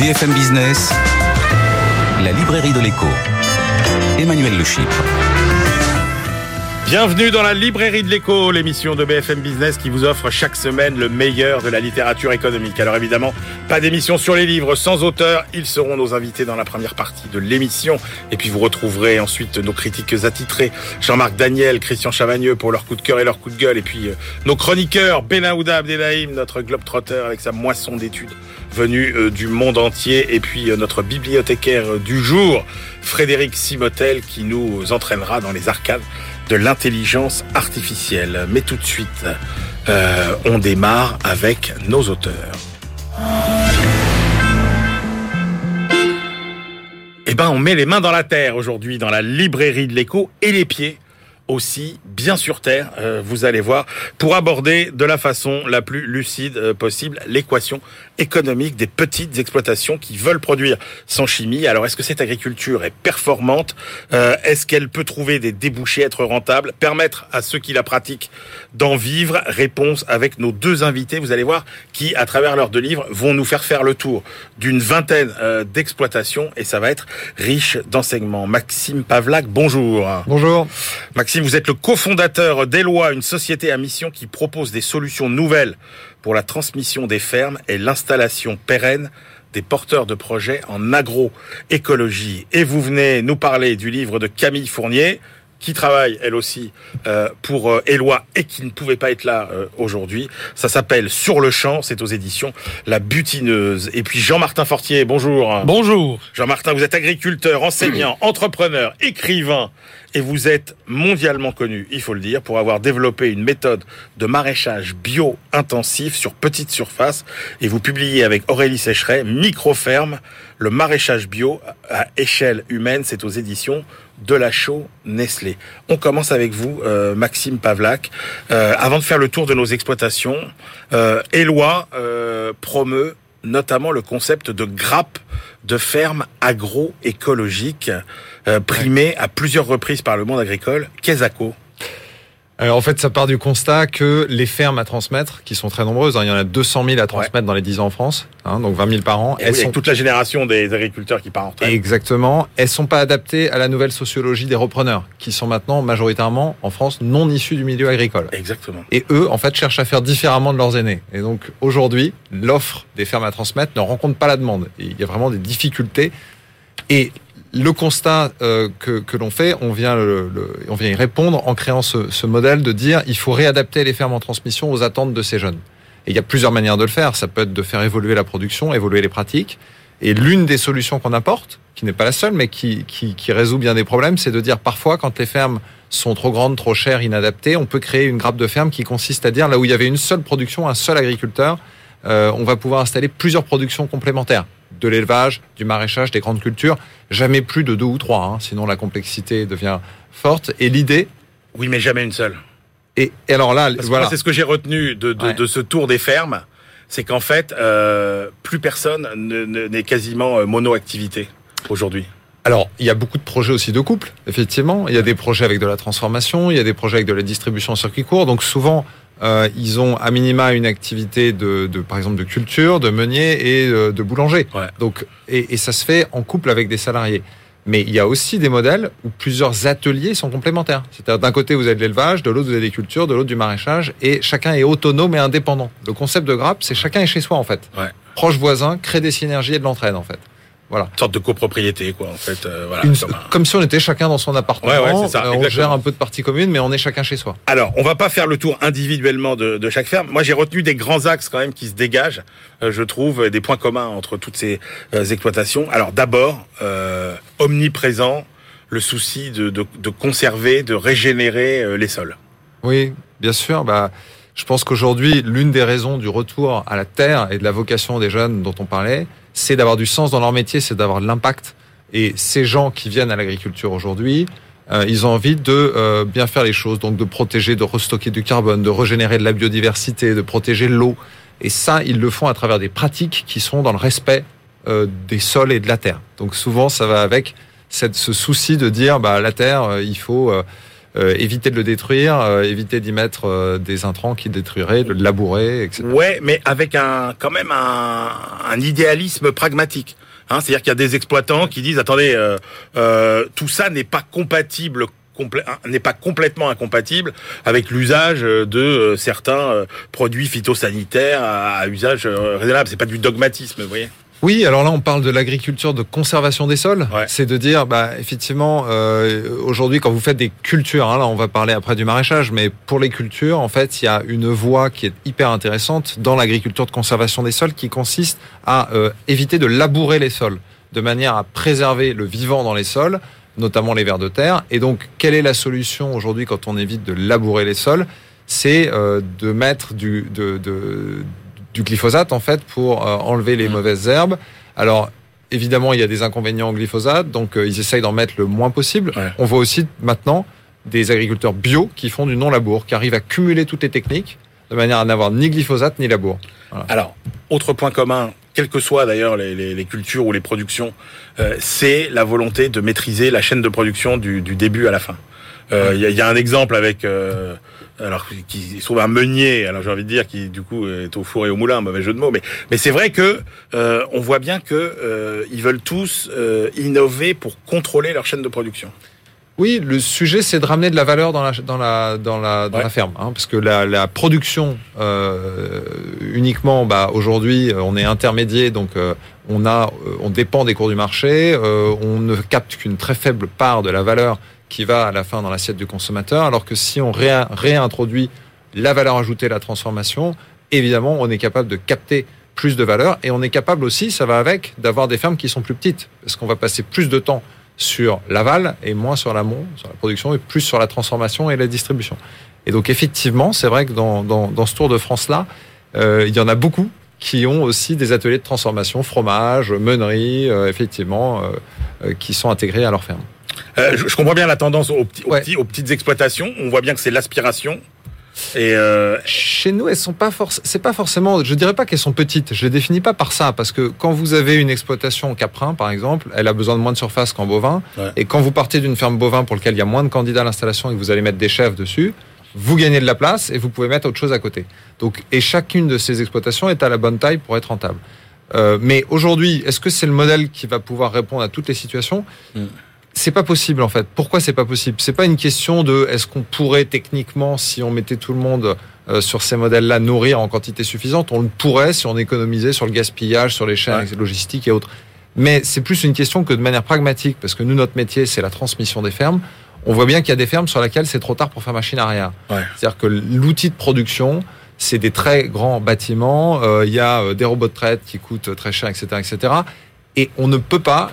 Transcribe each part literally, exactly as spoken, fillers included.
F M Business, la librairie de l'écho. Emmanuel Le Chypre. Bienvenue dans la librairie de l'écho, l'émission de B F M Business qui vous offre chaque semaine le meilleur de la littérature économique. Alors évidemment, pas d'émission sur les livres sans auteur. Ils seront nos invités dans la première partie de l'émission. Et puis vous retrouverez ensuite nos critiques attitrés, Jean-Marc Daniel, Christian Chavagneux pour leur coup de cœur et leur coup de gueule. Et puis euh, nos chroniqueurs, Benahouda Abdelhaim, notre globe-trotter avec sa moisson d'études venue euh, du monde entier. Et puis euh, notre bibliothécaire euh, du jour, Frédéric Simotel, qui nous entraînera dans les arcanes de l'intelligence artificielle. Mais tout de suite, euh, on démarre avec nos auteurs. Eh ben, on met les mains dans la terre aujourd'hui dans la librairie de l'écho et les pieds aussi bien sur terre, euh, vous allez voir, pour aborder de la façon la plus lucide euh, possible l'équation économique des petites exploitations qui veulent produire sans chimie. Alors, est-ce que cette agriculture est performante ? euh, Est-ce qu'elle peut trouver des débouchés, être rentable, permettre à ceux qui la pratiquent d'en vivre ? Réponse avec nos deux invités, vous allez voir, qui, à travers leurs deux livres, vont nous faire faire le tour d'une vingtaine euh, d'exploitations et ça va être riche d'enseignements. Maxime Pavlak, bonjour. Bonjour. Maxime, vous êtes le cofondateur d'Eloi, une société à mission qui propose des solutions nouvelles pour la transmission des fermes et l'installation pérenne des porteurs de projets en agroécologie. Et vous venez nous parler du livre de Camille Fournier, qui travaille, elle aussi, euh, pour euh, Eloi et qui ne pouvait pas être là euh, aujourd'hui. Ça s'appelle Sur le champ, c'est aux éditions La Butineuse. Et puis Jean-Martin Fortier, bonjour. Bonjour. Jean-Martin, vous êtes agriculteur, enseignant, entrepreneur, écrivain, et vous êtes mondialement connu, il faut le dire, pour avoir développé une méthode de maraîchage bio-intensif sur petite surface. Et vous publiez avec Aurélie Sécheret, Microferme, le maraîchage bio à échelle humaine, c'est aux éditions Delachaux Nestlé. On commence avec vous, euh, Maxime Pavlak. Euh, avant de faire le tour de nos exploitations, euh, Eloi euh, promeut notamment le concept de grappe de ferme agroécologique, euh, primé à plusieurs reprises par le monde agricole. Qu'est-ce à quoi ? Alors en fait, ça part du constat que les fermes à transmettre, qui sont très nombreuses, hein, il y en a deux cent mille à transmettre ouais. dans les dix ans en France, hein, donc vingt mille par an. Et elles oui, sont avec toute la génération des agriculteurs qui part en retraite. Exactement. Elles sont pas adaptées à la nouvelle sociologie des repreneurs, qui sont maintenant majoritairement en France non issus du milieu agricole. Exactement. Et eux, en fait, cherchent à faire différemment de leurs aînés. Et donc aujourd'hui, l'offre des fermes à transmettre ne rencontre pas la demande. Et il y a vraiment des difficultés. Et le constat euh, que, que l'on fait, on vient, le, le, on vient y répondre en créant ce, ce modèle de dire il faut réadapter les fermes en transmission aux attentes de ces jeunes. Et il y a plusieurs manières de le faire. Ça peut être de faire évoluer la production, évoluer les pratiques. Et l'une des solutions qu'on apporte, qui n'est pas la seule, mais qui, qui, qui résout bien des problèmes, c'est de dire parfois quand les fermes sont trop grandes, trop chères, inadaptées, on peut créer une grappe de ferme qui consiste à dire là où il y avait une seule production, un seul agriculteur, euh, on va pouvoir installer plusieurs productions complémentaires. De l'élevage, du maraîchage, des grandes cultures, jamais plus de deux ou trois, hein, sinon la complexité devient forte. Et l'idée... Oui, mais jamais une seule. Et, et alors là, Parce voilà. Que moi, c'est ce que j'ai retenu de, de, ouais. de ce tour des fermes, c'est qu'en fait, euh, plus personne ne, ne, n'est quasiment mono-activité aujourd'hui. Alors, il y a beaucoup de projets aussi de couple, effectivement. Il y a des projets avec de la transformation, il y a des projets avec de la distribution en circuit court. Donc souvent... Euh, ils ont à minima une activité de, de, par exemple, de culture, de meunier et euh, de boulanger. Ouais. Donc, et, et ça se fait en couple avec des salariés. Mais il y a aussi des modèles où plusieurs ateliers sont complémentaires. C'est-à-dire d'un côté vous avez de l'élevage, de l'autre vous avez des cultures, de l'autre du maraîchage, et chacun est autonome et indépendant. Le concept de grappe, c'est chacun est chez soi en fait. Ouais. Proche voisin, crée des synergies et de l'entraide en fait. Voilà. Une sorte de copropriété, quoi, en fait. Euh, voilà, Une, comme, un... comme si on était chacun dans son appartement. Ouais, ouais, c'est ça, euh, on gère un peu de partie commune, mais on est chacun chez soi. Alors, on va pas faire le tour individuellement de, de chaque ferme. Moi, j'ai retenu des grands axes quand même qui se dégagent. Euh, je trouve des points communs entre toutes ces euh, exploitations. Alors, d'abord, euh, omniprésent, le souci de, de, de conserver, de régénérer euh, les sols. Oui, bien sûr. Bah, je pense qu'aujourd'hui, l'une des raisons du retour à la terre et de la vocation des jeunes dont on parlait, c'est d'avoir du sens dans leur métier, c'est d'avoir de l'impact. Et ces gens qui viennent à l'agriculture aujourd'hui, euh, ils ont envie de euh, bien faire les choses, donc de protéger, de restocker du carbone, de régénérer de la biodiversité, de protéger l'eau. Et ça, ils le font à travers des pratiques qui sont dans le respect euh, des sols et de la terre. Donc souvent, ça va avec cette, ce souci de dire, bah, la terre, euh, il faut... Euh, euh, éviter de le détruire, euh, éviter d'y mettre euh, des intrants qui détruiraient, de le labourer, et cetera. Ouais, mais avec un quand même un, un idéalisme pragmatique. Hein, c'est-à-dire qu'il y a des exploitants qui disent attendez, euh, euh, tout ça n'est pas compatible. Complé- n'est pas complètement incompatible avec l'usage de euh, certains euh, produits phytosanitaires à, à usage euh, raisonnable. C'est pas du dogmatisme, vous voyez. Oui, alors là, on parle de l'agriculture de conservation des sols. Ouais. C'est de dire, bah, effectivement, euh, aujourd'hui, quand vous faites des cultures, hein, là, on va parler après du maraîchage, mais pour les cultures, en fait, il y a une voie qui est hyper intéressante dans l'agriculture de conservation des sols qui consiste à euh, éviter de labourer les sols de manière à préserver le vivant dans les sols, notamment les vers de terre. Et donc, quelle est la solution aujourd'hui quand on évite de labourer les sols ? C'est euh, de mettre du, de, de, du glyphosate, en fait, pour euh, enlever les mmh. mauvaises herbes. Alors, évidemment, il y a des inconvénients au glyphosate, donc euh, ils essayent d'en mettre le moins possible. Ouais. On voit aussi maintenant des agriculteurs bio qui font du non-labour, qui arrivent à cumuler toutes les techniques de manière à n'avoir ni glyphosate ni labour. Voilà. Alors, autre point commun, quelles que soient d'ailleurs les, les, les cultures ou les productions, euh, c'est la volonté de maîtriser la chaîne de production du, du début à la fin. Il euh, y, y a un exemple avec, euh, alors qui se trouve un meunier, alors j'ai envie de dire qui du coup est au four et au moulin, mauvais jeu de mots, mais mais c'est vrai que euh, on voit bien que euh, ils veulent tous euh, innover pour contrôler leur chaîne de production. Oui, le sujet, c'est de ramener de la valeur dans la dans la dans la dans ouais. la ferme, hein, parce que la, la production euh, uniquement, bah aujourd'hui, on est intermédiaire, donc euh, on a, on dépend des cours du marché, euh, on ne capte qu'une très faible part de la valeur qui va à la fin dans l'assiette du consommateur, alors que si on ré, réintroduit la valeur ajoutée, la transformation, évidemment, on est capable de capter plus de valeur et on est capable aussi, ça va avec, d'avoir des fermes qui sont plus petites, parce qu'on va passer plus de temps sur l'aval et moins sur l'amont, sur la production et plus sur la transformation et la distribution. Et donc effectivement, c'est vrai que dans, dans, dans ce Tour de France-là, euh, il y en a beaucoup qui ont aussi des ateliers de transformation, fromage, meunerie, euh, effectivement, euh, euh, qui sont intégrés à leur ferme. Euh, je, je comprends bien la tendance aux, petits, aux, ouais. petits, aux petites exploitations. On voit bien que c'est l'aspiration. Et euh... Chez nous, elles sont pas forcément. C'est pas forcément. Je dirais pas qu'elles sont petites. Je les définis pas par ça, parce que quand vous avez une exploitation en caprin, par exemple, elle a besoin de moins de surface qu'en bovin. Ouais. Et quand vous partez d'une ferme bovin pour laquelle il y a moins de candidats à l'installation et que vous allez mettre des chèvres dessus, vous gagnez de la place et vous pouvez mettre autre chose à côté. Donc, et chacune de ces exploitations est à la bonne taille pour être rentable. Euh, mais aujourd'hui, est-ce que c'est le modèle qui va pouvoir répondre à toutes les situations ? mm. C'est pas possible en fait. Pourquoi c'est pas possible ? C'est pas une question de est-ce qu'on pourrait techniquement, si on mettait tout le monde euh, sur ces modèles-là, nourrir en quantité suffisante. On le pourrait si on économisait sur le gaspillage, sur les chaînes ouais. logistiques et autres. Mais c'est plus une question que de manière pragmatique, parce que nous, notre métier, c'est la transmission des fermes. On voit bien qu'il y a des fermes sur lesquelles c'est trop tard pour faire machine arrière. Ouais. C'est-à-dire que l'outil de production, c'est des très grands bâtiments. Euh, il y a euh, des robots de traite qui coûtent très cher, et cetera, et cetera. Et on ne peut pas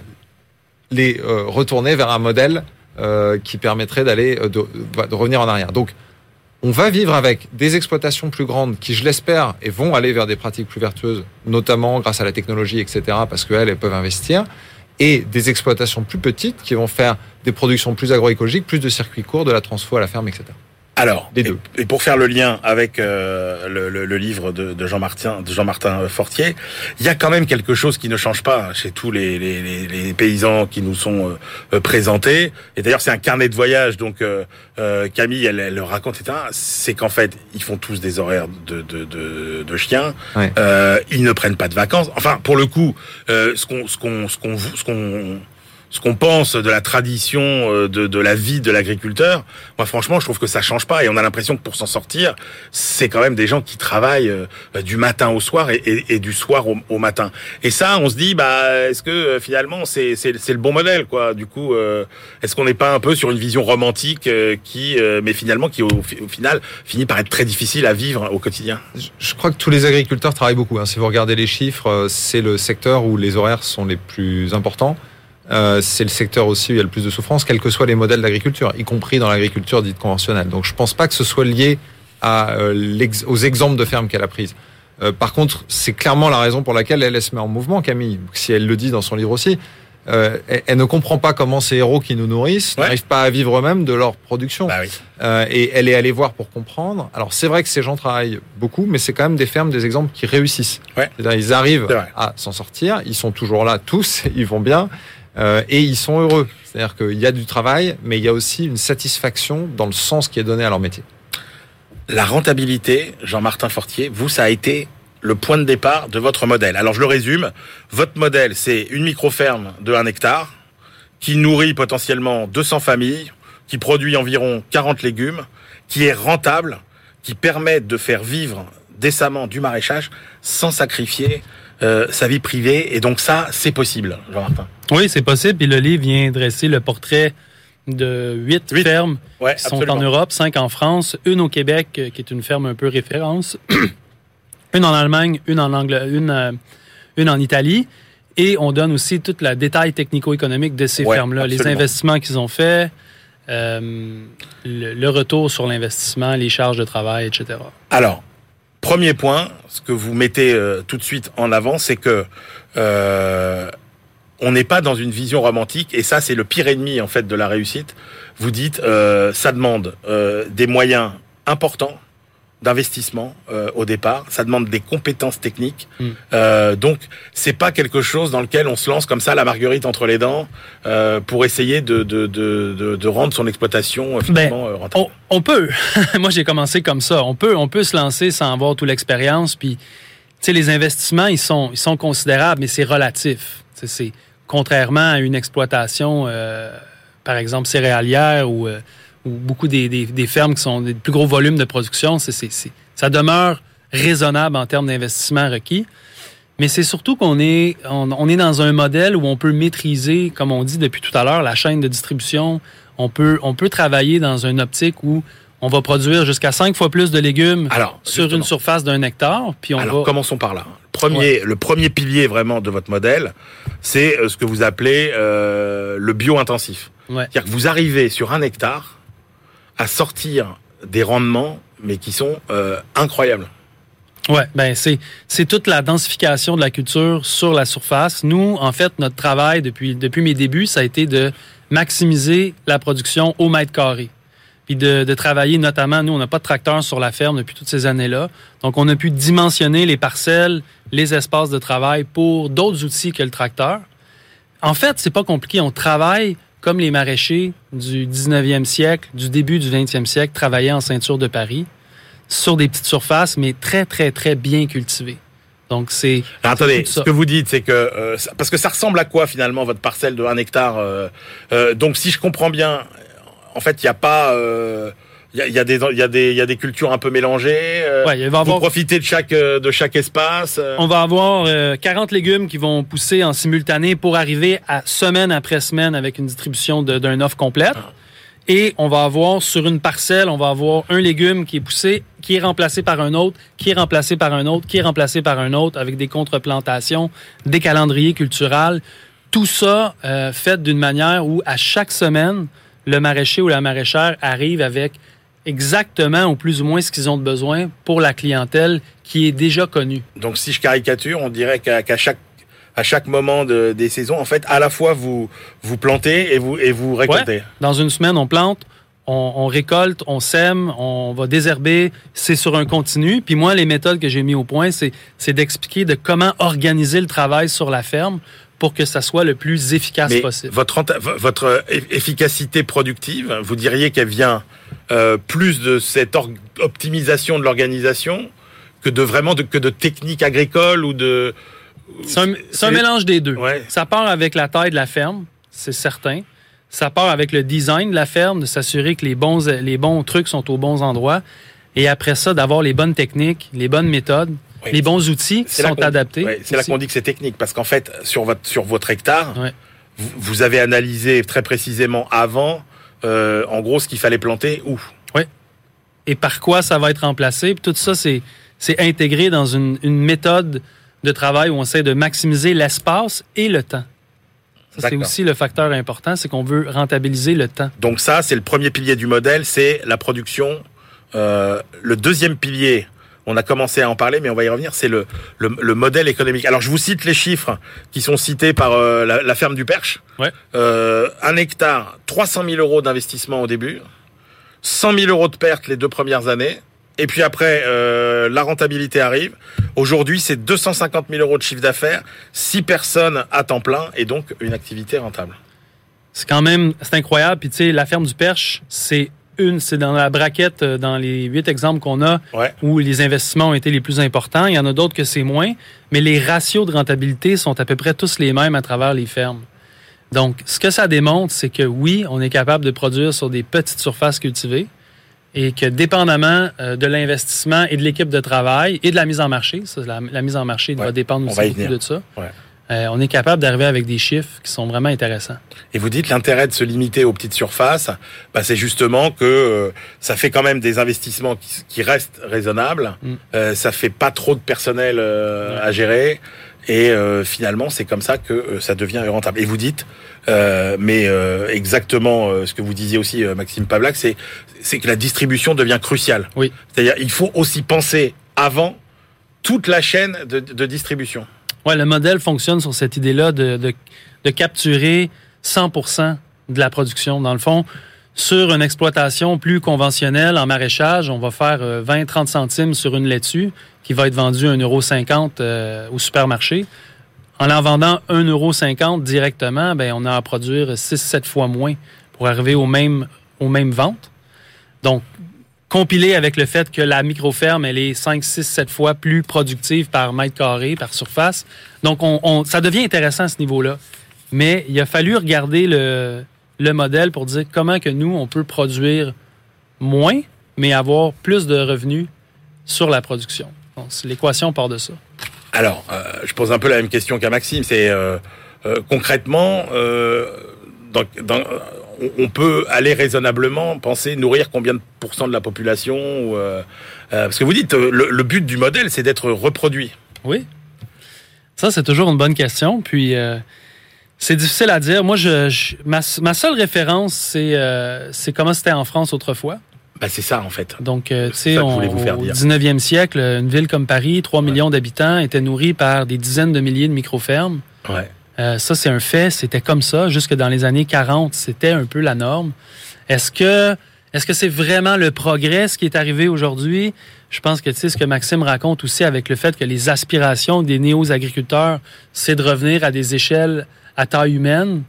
les euh, retourner vers un modèle euh, qui permettrait d'aller euh, de, de revenir en arrière. Donc, on va vivre avec des exploitations plus grandes qui, je l'espère, et vont aller vers des pratiques plus vertueuses, notamment grâce à la technologie, et cetera, parce qu'elles, elles peuvent investir, et des exploitations plus petites qui vont faire des productions plus agroécologiques, plus de circuits courts, de la transfo à la ferme, et cetera. Alors, et, et pour faire le lien avec euh, le, le, le livre de, de Jean-Martin, de Jean-Martin Fortier, il y a quand même quelque chose qui ne change pas chez tous les, les, les, les paysans qui nous sont euh, présentés. Et d'ailleurs, c'est un carnet de voyage. Donc, euh, euh, Camille, elle, elle le raconte, et cetera. C'est qu'en fait, ils font tous des horaires de, de, de, de chiens. Ouais. Euh, ils ne prennent pas de vacances. Enfin, pour le coup, euh, ce qu'on, ce qu'on, ce qu'on, ce qu'on ce qu'on pense de la tradition de, de la vie de l'agriculteur, moi franchement je trouve que ça change pas et on a l'impression que pour s'en sortir, c'est quand même des gens qui travaillent euh, du matin au soir et, et, et du soir au, au matin. Et ça, on se dit, bah est-ce que euh, finalement c'est, c'est, c'est le bon modèle quoi. Du coup, euh, est-ce qu'on n'est pas un peu sur une vision romantique euh, qui, euh, mais finalement qui au, au final finit par être très difficile à vivre au quotidien. Je, je crois que tous les agriculteurs travaillent beaucoup. Hein. Si vous regardez les chiffres, c'est le secteur où les horaires sont les plus importants. Euh, c'est le secteur aussi où il y a le plus de souffrance, quels que soient les modèles d'agriculture, y compris dans l'agriculture dite conventionnelle. Donc je pense pas que ce soit lié à, euh, l'ex- aux exemples de fermes qu'elle a prises. Euh, par contre, c'est clairement la raison pour laquelle elle, elle se met en mouvement, Camille, si elle le dit dans son livre aussi. Euh, elle, elle ne comprend pas comment ces héros qui nous nourrissent ouais. n'arrivent pas à vivre eux-mêmes de leur production. Bah oui. euh, et elle est allée voir pour comprendre. Alors c'est vrai que ces gens travaillent beaucoup, mais c'est quand même des fermes, des exemples qui réussissent. Ouais. C'est-à-dire ils arrivent à s'en sortir, ils sont toujours là tous, ils vont bien. Euh, et ils sont heureux. C'est-à-dire qu'il y a du travail, mais il y a aussi une satisfaction dans le sens qui est donné à leur métier. La rentabilité, Jean-Martin Fortier, vous, ça a été le point de départ de votre modèle. Alors je le résume, votre modèle, c'est une micro-ferme de un hectare qui nourrit potentiellement deux cents familles, qui produit environ quarante légumes, qui est rentable, qui permet de faire vivre décemment du maraîchage sans sacrifier euh, sa vie privée. Et donc ça, c'est possible, Jean-Martin. Oui, c'est possible. Puis le livre vient dresser le portrait de huit, huit. fermes ouais, qui sont absolument. en Europe, cinq en France, une au Québec, qui est une ferme un peu référence, une en Allemagne, une en Angleterre, une, euh, une en Italie. Et on donne aussi tout le détail technico-économique de ces ouais, fermes-là, absolument. les investissements qu'ils ont faits, euh, le, le retour sur l'investissement, les charges de travail, et cetera. Alors, premier point, ce que vous mettez euh, tout de suite en avant, c'est que euh, on n'est pas dans une vision romantique, et ça, c'est le pire ennemi en fait de la réussite. Vous dites, euh, ça demande euh, des moyens importants d'investissement euh, au départ, ça demande des compétences techniques. Mm. Euh, donc, c'est pas quelque chose dans lequel on se lance comme ça, la marguerite entre les dents, euh, pour essayer de de de de, de rendre son exploitation finalement ben, rentable. On, on peut. Moi, j'ai commencé comme ça. On peut, on peut se lancer sans avoir toute l'expérience. Puis, tu sais, les investissements, ils sont, ils sont considérables, mais c'est relatif. T'sais, c'est contrairement à une exploitation, euh, par exemple céréalière ou euh, ou beaucoup des, des, des fermes qui sont des plus gros volumes de production, c'est, c'est, c'est, ça demeure raisonnable en termes d'investissement requis. Mais c'est surtout qu'on est, on, on est dans un modèle où on peut maîtriser, comme on dit depuis tout à l'heure, la chaîne de distribution. On peut, on peut travailler dans une optique où on va produire jusqu'à cinq fois plus de légumes Alors, sur justement. une surface d'un hectare. Puis on Alors, va... commençons par là. Le premier, ouais. le premier pilier vraiment de votre modèle, c'est ce que vous appelez euh, le bio-intensif. Ouais. C'est-à-dire que vous arrivez sur un hectare à sortir des rendements, mais qui sont euh, incroyables. Ouais, ben c'est c'est toute la densification de la culture sur la surface. Nous, en fait, notre travail depuis depuis mes débuts, ça a été de maximiser la production au mètre carré. Puis de, de travailler notamment, nous, on n'a pas de tracteur sur la ferme depuis toutes ces années-là. Donc, on a pu dimensionner les parcelles, les espaces de travail pour d'autres outils que le tracteur. En fait, c'est pas compliqué. On travaille comme les maraîchers du dix-neuvième siècle, du début du vingtième siècle, travaillaient en ceinture de Paris, sur des petites surfaces, mais très, très, très bien cultivées. Donc, c'est... Alors, attendez, ce que vous dites, c'est que... Euh, parce que ça ressemble à quoi, finalement, votre parcelle de un hectare euh, euh, Donc, si je comprends bien, en fait, il n'y a pas... Euh, Il y a, y, a des, y, a des, y a des cultures un peu mélangées. Euh, ouais, il va vous avoir... profitez de chaque, de chaque espace. Euh... On va avoir euh, quarante légumes qui vont pousser en simultané pour arriver à semaine après semaine avec une distribution de, d'un offre complète. Ah. Et on va avoir sur une parcelle, on va avoir un légume qui est poussé, qui est remplacé par un autre, qui est remplacé par un autre, qui est remplacé par un autre, avec des contreplantations, des calendriers culturels. Tout ça euh, fait d'une manière où à chaque semaine, le maraîcher ou la maraîchère arrive avec exactement ou plus ou moins ce qu'ils ont de besoin pour la clientèle qui est déjà connue. Donc, si je caricature, on dirait qu'à, qu'à chaque à chaque moment de, des saisons, en fait, à la fois vous vous plantez et vous et vous récoltez. Ouais. Dans une semaine, on plante, on, on récolte, on sème, on va désherber. C'est sur un continu. Puis moi, les méthodes que j'ai mis au point, c'est c'est d'expliquer de comment organiser le travail sur la ferme pour que ça soit le plus efficace Mais possible. Votre votre efficacité productive, vous diriez qu'elle vient euh, plus de cette or- optimisation de l'organisation que de vraiment de, que de techniques agricoles ou de... C'est un, c'est un mélange des deux. Ouais. Ça part avec la taille de la ferme, c'est certain. Ça part avec le design de la ferme, de s'assurer que les bons, les bons trucs sont aux bons endroits. Et après ça, d'avoir les bonnes techniques, les bonnes méthodes, oui. les bons outils qui sont adaptés. Ouais, c'est là qu'on dit que c'est technique, parce qu'en fait, sur votre, sur votre hectare, ouais. vous, vous avez analysé très précisément avant, euh, en gros, ce qu'il fallait planter où. Oui. Et par quoi ça va être remplacé. Puis tout ça, c'est, c'est intégré dans une, une méthode de travail où on essaie de maximiser l'espace et le temps. Ça, c'est aussi le facteur important, c'est qu'on veut rentabiliser le temps. Donc ça, c'est le premier pilier du modèle, c'est la production. Euh, le deuxième pilier, on a commencé à en parler, mais on va y revenir, c'est le, le, le modèle économique. Alors, je vous cite les chiffres qui sont cités par euh, la, la ferme du Perche. Ouais. Euh, un hectare, trois cent mille euros d'investissement au début, cent mille euros de perte les deux premières années, Et puis après, euh, la rentabilité arrive. Aujourd'hui, c'est deux cent cinquante mille euros de chiffre d'affaires, six personnes à temps plein et donc une activité rentable. C'est quand même, c'est incroyable. Puis tu sais, la ferme du Perche, c'est une, c'est dans la braquette, dans les huit exemples qu'on a, ouais. où les investissements ont été les plus importants. Il y en a d'autres que c'est moins, mais les ratios de rentabilité sont à peu près tous les mêmes à travers les fermes. Donc, ce que ça démontre, c'est que oui, on est capable de produire sur des petites surfaces cultivées et que dépendamment de l'investissement et de l'équipe de travail et de la mise en marché, ça, la, la mise en marché ouais, va dépendre aussi beaucoup de ça, ouais. euh, on est capable d'arriver avec des chiffres qui sont vraiment intéressants. Et vous dites l'intérêt de se limiter aux petites surfaces, bah, c'est justement que euh, ça fait quand même des investissements qui, qui restent raisonnables, mm. euh, ça fait pas trop de personnel euh, ouais. à gérer. Et euh, finalement, c'est comme ça que euh, ça devient rentable. Et vous dites, euh, mais euh, exactement euh, ce que vous disiez aussi, euh, Maxime Pavlak, c'est c'est que la distribution devient cruciale. Oui. C'est-à-dire, il faut aussi penser avant toute la chaîne de, de distribution. Ouais, le modèle fonctionne sur cette idée-là de, de, de capturer cent pour cent de la production. Dans le fond, sur une exploitation plus conventionnelle en maraîchage, on va faire vingt à trente centimes sur une laitue qui va être vendue à un euro cinquante euh, au supermarché. En en vendant un euro cinquante directement, ben, on a à produire six à sept fois moins pour arriver aux mêmes, aux mêmes ventes. Donc, compilé avec le fait que la micro-ferme, elle est cinq, six, sept fois plus productive par mètre carré, par surface. Donc, on, on, ça devient intéressant à ce niveau-là. Mais il a fallu regarder le, le modèle pour dire comment que nous, on peut produire moins, mais avoir plus de revenus sur la production. Donc, l'équation part de ça. Alors, euh, je pose un peu la même question qu'à Maxime. C'est euh, euh, concrètement, euh, dans, dans, on peut aller raisonnablement penser nourrir combien de pourcents de la population ou, euh, euh, parce que vous dites le, le but du modèle, c'est d'être reproduit. Oui, ça c'est toujours une bonne question. Puis euh, c'est difficile à dire. Moi, je, je ma, ma seule référence, c'est euh, c'est comment c'était en France autrefois. Ben, c'est ça, en fait. Donc, euh, tu sais, au dix-neuvième siècle, une ville comme Paris, trois ouais. millions d'habitants, était nourrie par des dizaines de milliers de micro-fermes. Ouais. Euh, ça, c'est un fait. C'était comme ça. Jusque dans les années quarante, c'était un peu la norme. Est-ce que est-ce que c'est vraiment le progrès, ce qui est arrivé aujourd'hui? Je pense que, tu sais, ce que Maxime raconte aussi avec le fait que les aspirations des néo-agriculteurs, c'est de revenir à des échelles à taille humaine.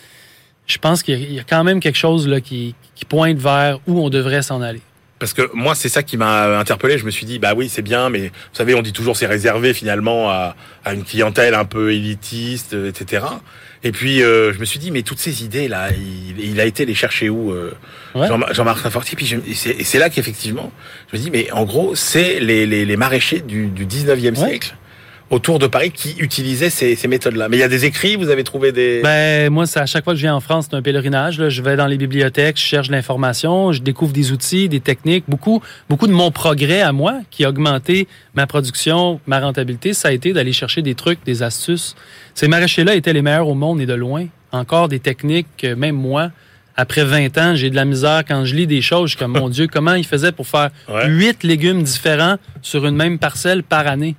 Je pense qu'il y a quand même quelque chose là qui, qui pointe vers où on devrait s'en aller. Parce que moi, c'est ça qui m'a interpellé. Je me suis dit, bah oui, c'est bien, mais vous savez, on dit toujours c'est réservé finalement à, à une clientèle un peu élitiste, et cetera. Et puis, euh, je me suis dit, mais toutes ces idées-là, il, il a été les chercher où euh, ouais. Jean, Jean-Marc Raforti. Puis je, et c'est, et c'est là qu'effectivement, je me dis, mais en gros, c'est les, les, les maraîchers du, du dix-neuvième ouais. siècle autour de Paris qui utilisaient ces, ces méthodes-là. Mais il y a des écrits, vous avez trouvé des... Ben moi, c'est à chaque fois que je viens en France, c'est un pèlerinage. Là. Je vais dans les bibliothèques, je cherche de l'information, je découvre des outils, des techniques. Beaucoup, beaucoup de mon progrès à moi, qui a augmenté ma production, ma rentabilité, ça a été d'aller chercher des trucs, des astuces. Ces maraîchers-là étaient les meilleurs au monde et de loin. Encore des techniques que même moi, après vingt ans, j'ai de la misère quand je lis des choses. Je suis comme, mon Dieu, comment ils faisaient pour faire huit ouais. légumes différents sur une même parcelle par année?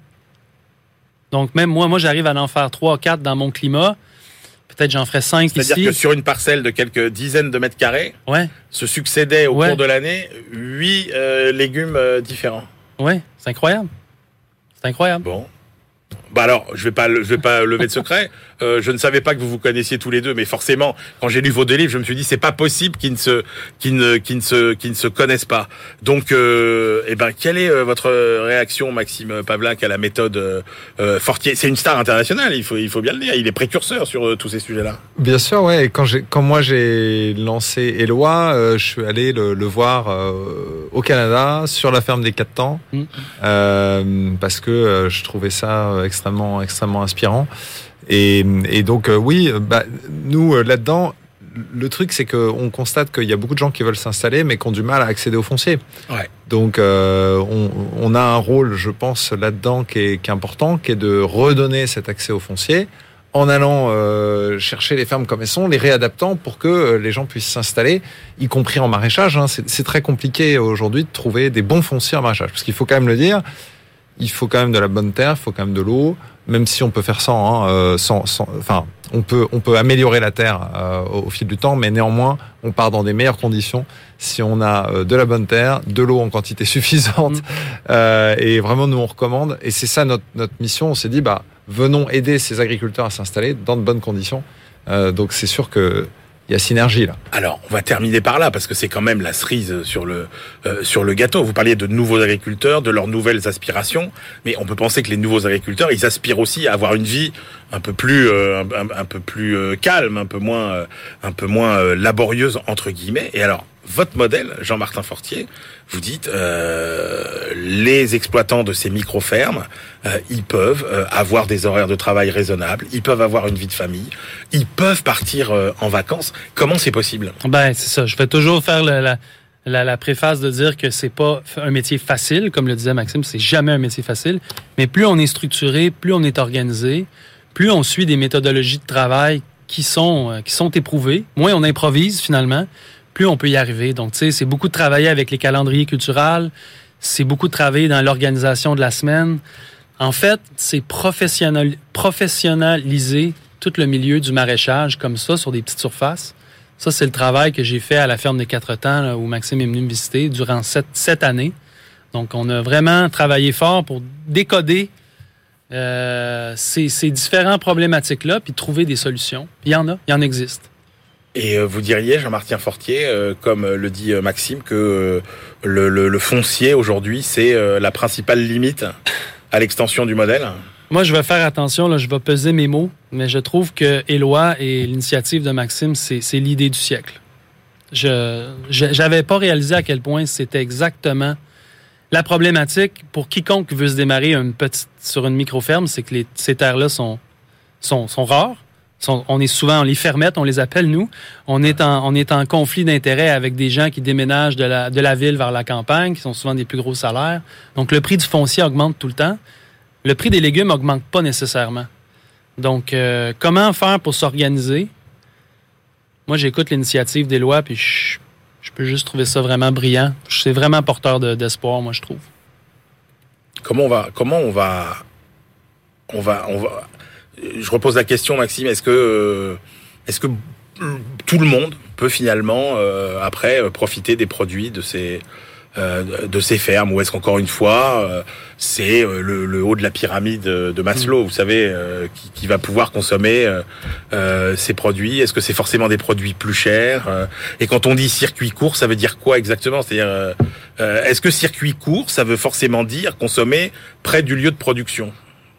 Donc, même moi, moi, j'arrive à en faire trois, quatre dans mon climat. Peut-être j'en ferai cinq ici. C'est-à-dire que sur une parcelle de quelques dizaines de mètres carrés, ouais. se succédaient au ouais. cours de l'année huit euh, légumes euh, différents. Oui, c'est incroyable. C'est incroyable. Bon. Bah alors, je vais pas, je vais pas lever de secret. Euh, je ne savais pas que vous vous connaissiez tous les deux, mais forcément, quand j'ai lu vos deux livres, je me suis dit c'est pas possible qu'ils ne se, qu'ils ne, qu'ils ne se, qu'ils ne se connaissent pas. Donc, euh, eh ben, quelle est euh, votre réaction, Maxime Pavlak, à la méthode euh, Fortier? C'est une star internationale, il faut, il faut bien le dire. Il est précurseur sur euh, tous ces sujets-là. Bien sûr, ouais. Et quand j'ai, quand moi j'ai lancé Eloi, euh, je suis allé le, le voir euh, au Canada sur la ferme des Quatre Temps, mmh. euh, parce que euh, je trouvais ça extrêmement, extrêmement inspirant. Et, et donc euh, oui, bah, nous euh, là-dedans, le truc c'est qu'on constate qu'il y a beaucoup de gens qui veulent s'installer, mais qui ont du mal à accéder au foncier. Ouais. Donc euh, on, on a un rôle, je pense, là-dedans qui est, qui est important, qui est de redonner cet accès au foncier en allant euh, chercher les fermes comme elles sont, les réadaptant pour que euh, les gens puissent s'installer, y compris en maraîchage. Hein. C'est, c'est très compliqué aujourd'hui de trouver des bons fonciers en maraîchage, parce qu'il faut quand même le dire. il faut quand même de la bonne terre, il faut quand même de l'eau, même si on peut faire sans, hein, euh, sans, sans, enfin, on peut, on peut améliorer la terre euh, au, au fil du temps, mais néanmoins, on part dans des meilleures conditions si on a euh, de la bonne terre, de l'eau en quantité suffisante, mmh. euh, et vraiment nous on recommande. Et c'est ça notre notre mission. On s'est dit, bah, venons aider ces agriculteurs à s'installer dans de bonnes conditions. Euh, donc c'est sûr que il y a synergie là. Alors, on va terminer par là parce que c'est quand même la cerise sur le euh, sur le gâteau. Vous parliez de nouveaux agriculteurs, de leurs nouvelles aspirations, mais on peut penser que les nouveaux agriculteurs, ils aspirent aussi à avoir une vie un peu plus euh, un, un peu plus euh, calme, un peu moins euh, un peu moins euh, laborieuse entre guillemets. Et alors, votre modèle, Jean-Martin Fortier, vous dites euh, les exploitants de ces micro-fermes, euh, ils peuvent euh, avoir des horaires de travail raisonnables, ils peuvent avoir une vie de famille, ils peuvent partir euh, en vacances. Comment c'est possible? Ben c'est ça. Je vais toujours faire le, la, la, la préface de dire que c'est pas un métier facile, comme le disait Maxime, c'est jamais un métier facile. Mais plus on est structuré, plus on est organisé, plus on suit des méthodologies de travail qui sont euh, qui sont éprouvées, moins on improvise finalement, plus on peut y arriver. Donc, tu sais, c'est beaucoup de travailler avec les calendriers culturels, c'est beaucoup de travailler dans l'organisation de la semaine. En fait, c'est professionnal, professionnaliser tout le milieu du maraîchage comme ça, sur des petites surfaces. Ça, c'est le travail que j'ai fait à la ferme des Quatre Temps, là, où Maxime est venu me visiter durant sept, sept années. Donc, on a vraiment travaillé fort pour décoder euh, ces, ces différentes problématiques-là, puis trouver des solutions. Il y en a, il y en existe. Et vous diriez, Jean-Martin Fortier, euh, comme le dit Maxime, que euh, le, le, le foncier aujourd'hui, c'est euh, la principale limite à l'extension du modèle? Moi, je vais faire attention, là, je vais peser mes mots, mais je trouve que Éloi et l'initiative de Maxime, c'est, c'est l'idée du siècle. Je j'avais pas réalisé à quel point c'était exactement la problématique pour quiconque veut se démarrer une petite, sur une micro-ferme, c'est que les, ces terres-là sont, sont, sont rares. On est souvent, on les fermette, on les appelle, nous. On est en, on est en conflit d'intérêts avec des gens qui déménagent de la, de la ville vers la campagne, qui sont souvent des plus gros salaires. Donc, le prix du foncier augmente tout le temps. Le prix des légumes augmente pas nécessairement. Donc, euh, comment faire pour s'organiser? Moi, j'écoute l'initiative des lois, puis je, je peux juste trouver ça vraiment brillant. C'est vraiment porteur de, d'espoir, moi, je trouve. Comment on va, comment on va, on va, on va, je repose la question, Maxime, est-ce que, est-ce que tout le monde peut finalement, euh, après, profiter des produits de ces, euh, de ces fermes, ou est-ce qu'encore une fois, euh, c'est le, le haut de la pyramide de Maslow, mmh. vous savez, euh, qui, qui va pouvoir consommer euh, euh, ces produits? Est-ce que c'est forcément des produits plus chers? euh, Et quand on dit circuit court, ça veut dire quoi exactement? C'est-à-dire, euh, euh, est-ce que circuit court, ça veut forcément dire consommer près du lieu de production?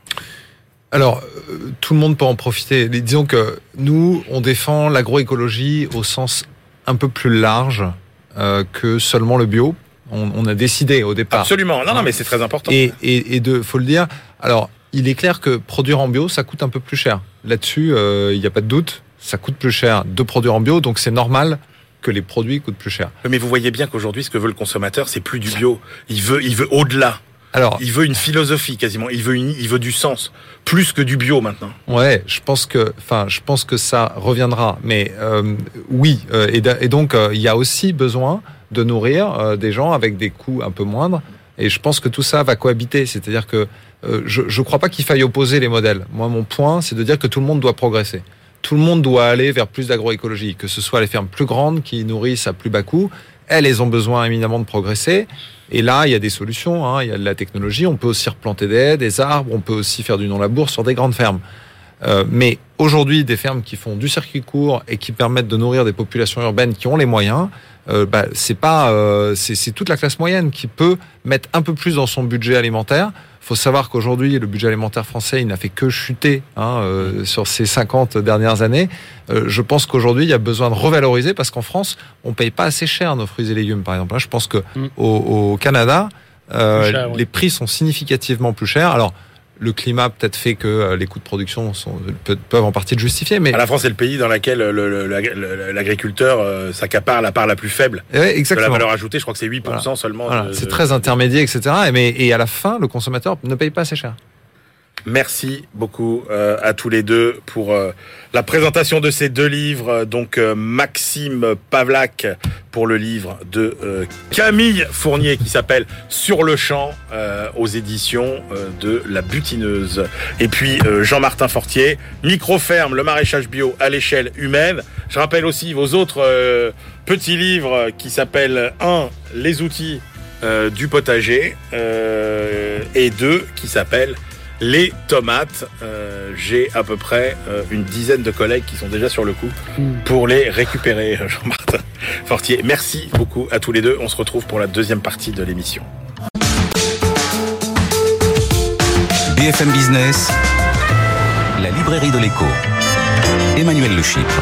Alors, euh, tout le monde peut en profiter. Disons que nous, on défend l'agroécologie au sens un peu plus large euh, que seulement le bio. On, on a décidé au départ. Absolument. Non, non, mais c'est très important. Et, et, et de, faut le dire. Alors, il est clair que produire en bio, ça coûte un peu plus cher. Là-dessus, il euh, n'y a pas de doute. Ça coûte plus cher de produire en bio, donc c'est normal que les produits coûtent plus cher. Mais vous voyez bien qu'aujourd'hui, ce que veut le consommateur, c'est plus du bio. Il veut, il veut au-delà. Alors, il veut une philosophie quasiment. Il veut une, il veut du sens, plus que du bio maintenant. Ouais, je pense que, enfin, je pense que ça reviendra. Mais euh, oui, euh, et, et donc euh, il y a aussi besoin de nourrir euh, des gens avec des coûts un peu moindres. Et je pense que tout ça va cohabiter. C'est-à-dire que euh, je je crois pas qu'il faille opposer les modèles. Moi, mon point, c'est de dire que tout le monde doit progresser. Tout le monde doit aller vers plus d'agroécologie, que ce soit les fermes plus grandes qui nourrissent à plus bas coût. Elles, elles ont besoin éminemment de progresser. Et là, il y a des solutions, hein. Il y a de la technologie. On peut aussi replanter des haies, des arbres. On peut aussi faire du non-labour sur des grandes fermes. Euh, mais aujourd'hui, des fermes qui font du circuit court et qui permettent de nourrir des populations urbaines qui ont les moyens, euh, bah, c'est pas, euh, c'est, c'est toute la classe moyenne qui peut mettre un peu plus dans son budget alimentaire. Faut savoir qu'aujourd'hui, le budget alimentaire français, il n'a fait que chuter hein, euh, sur ces cinquante dernières années. Euh, je pense qu'aujourd'hui, il y a besoin de revaloriser parce qu'en France, on paye pas assez cher nos fruits et légumes, par exemple. Je pense que mm. au, au Canada, euh, cher, oui. les prix sont significativement plus chers. Alors, le climat peut-être fait que les coûts de production sont, peuvent en partie le justifier. Mais la France est le pays dans lequel le, le, le, l'agriculteur euh, s'accapare la part la plus faible ouais, exactement. de la valeur ajoutée. Je crois que c'est huit pour cent voilà. seulement. Voilà. De, c'est de... très intermédiaire, et cetera. Et, mais, et à la fin, le consommateur ne paye pas assez cher. Merci beaucoup euh, à tous les deux pour euh, la présentation de ces deux livres. Donc euh, Maxime Pavlak pour le livre de euh, Camille Fournier qui s'appelle Sur le champ euh, aux éditions euh, de La Butineuse. Et puis euh, Jean-Martin Fortier, Microferme, le maraîchage bio à l'échelle humaine. Je rappelle aussi vos autres euh, petits livres qui s'appellent un, Les outils euh, du potager euh, et deux qui s'appellent Les tomates. Euh, j'ai à peu près euh, une dizaine de collègues qui sont déjà sur le coup pour les récupérer. Jean-Martin Fortier, merci beaucoup à tous les deux. On se retrouve pour la deuxième partie de l'émission. B F M Business, la librairie de l'écho. Emmanuel Le Chypre.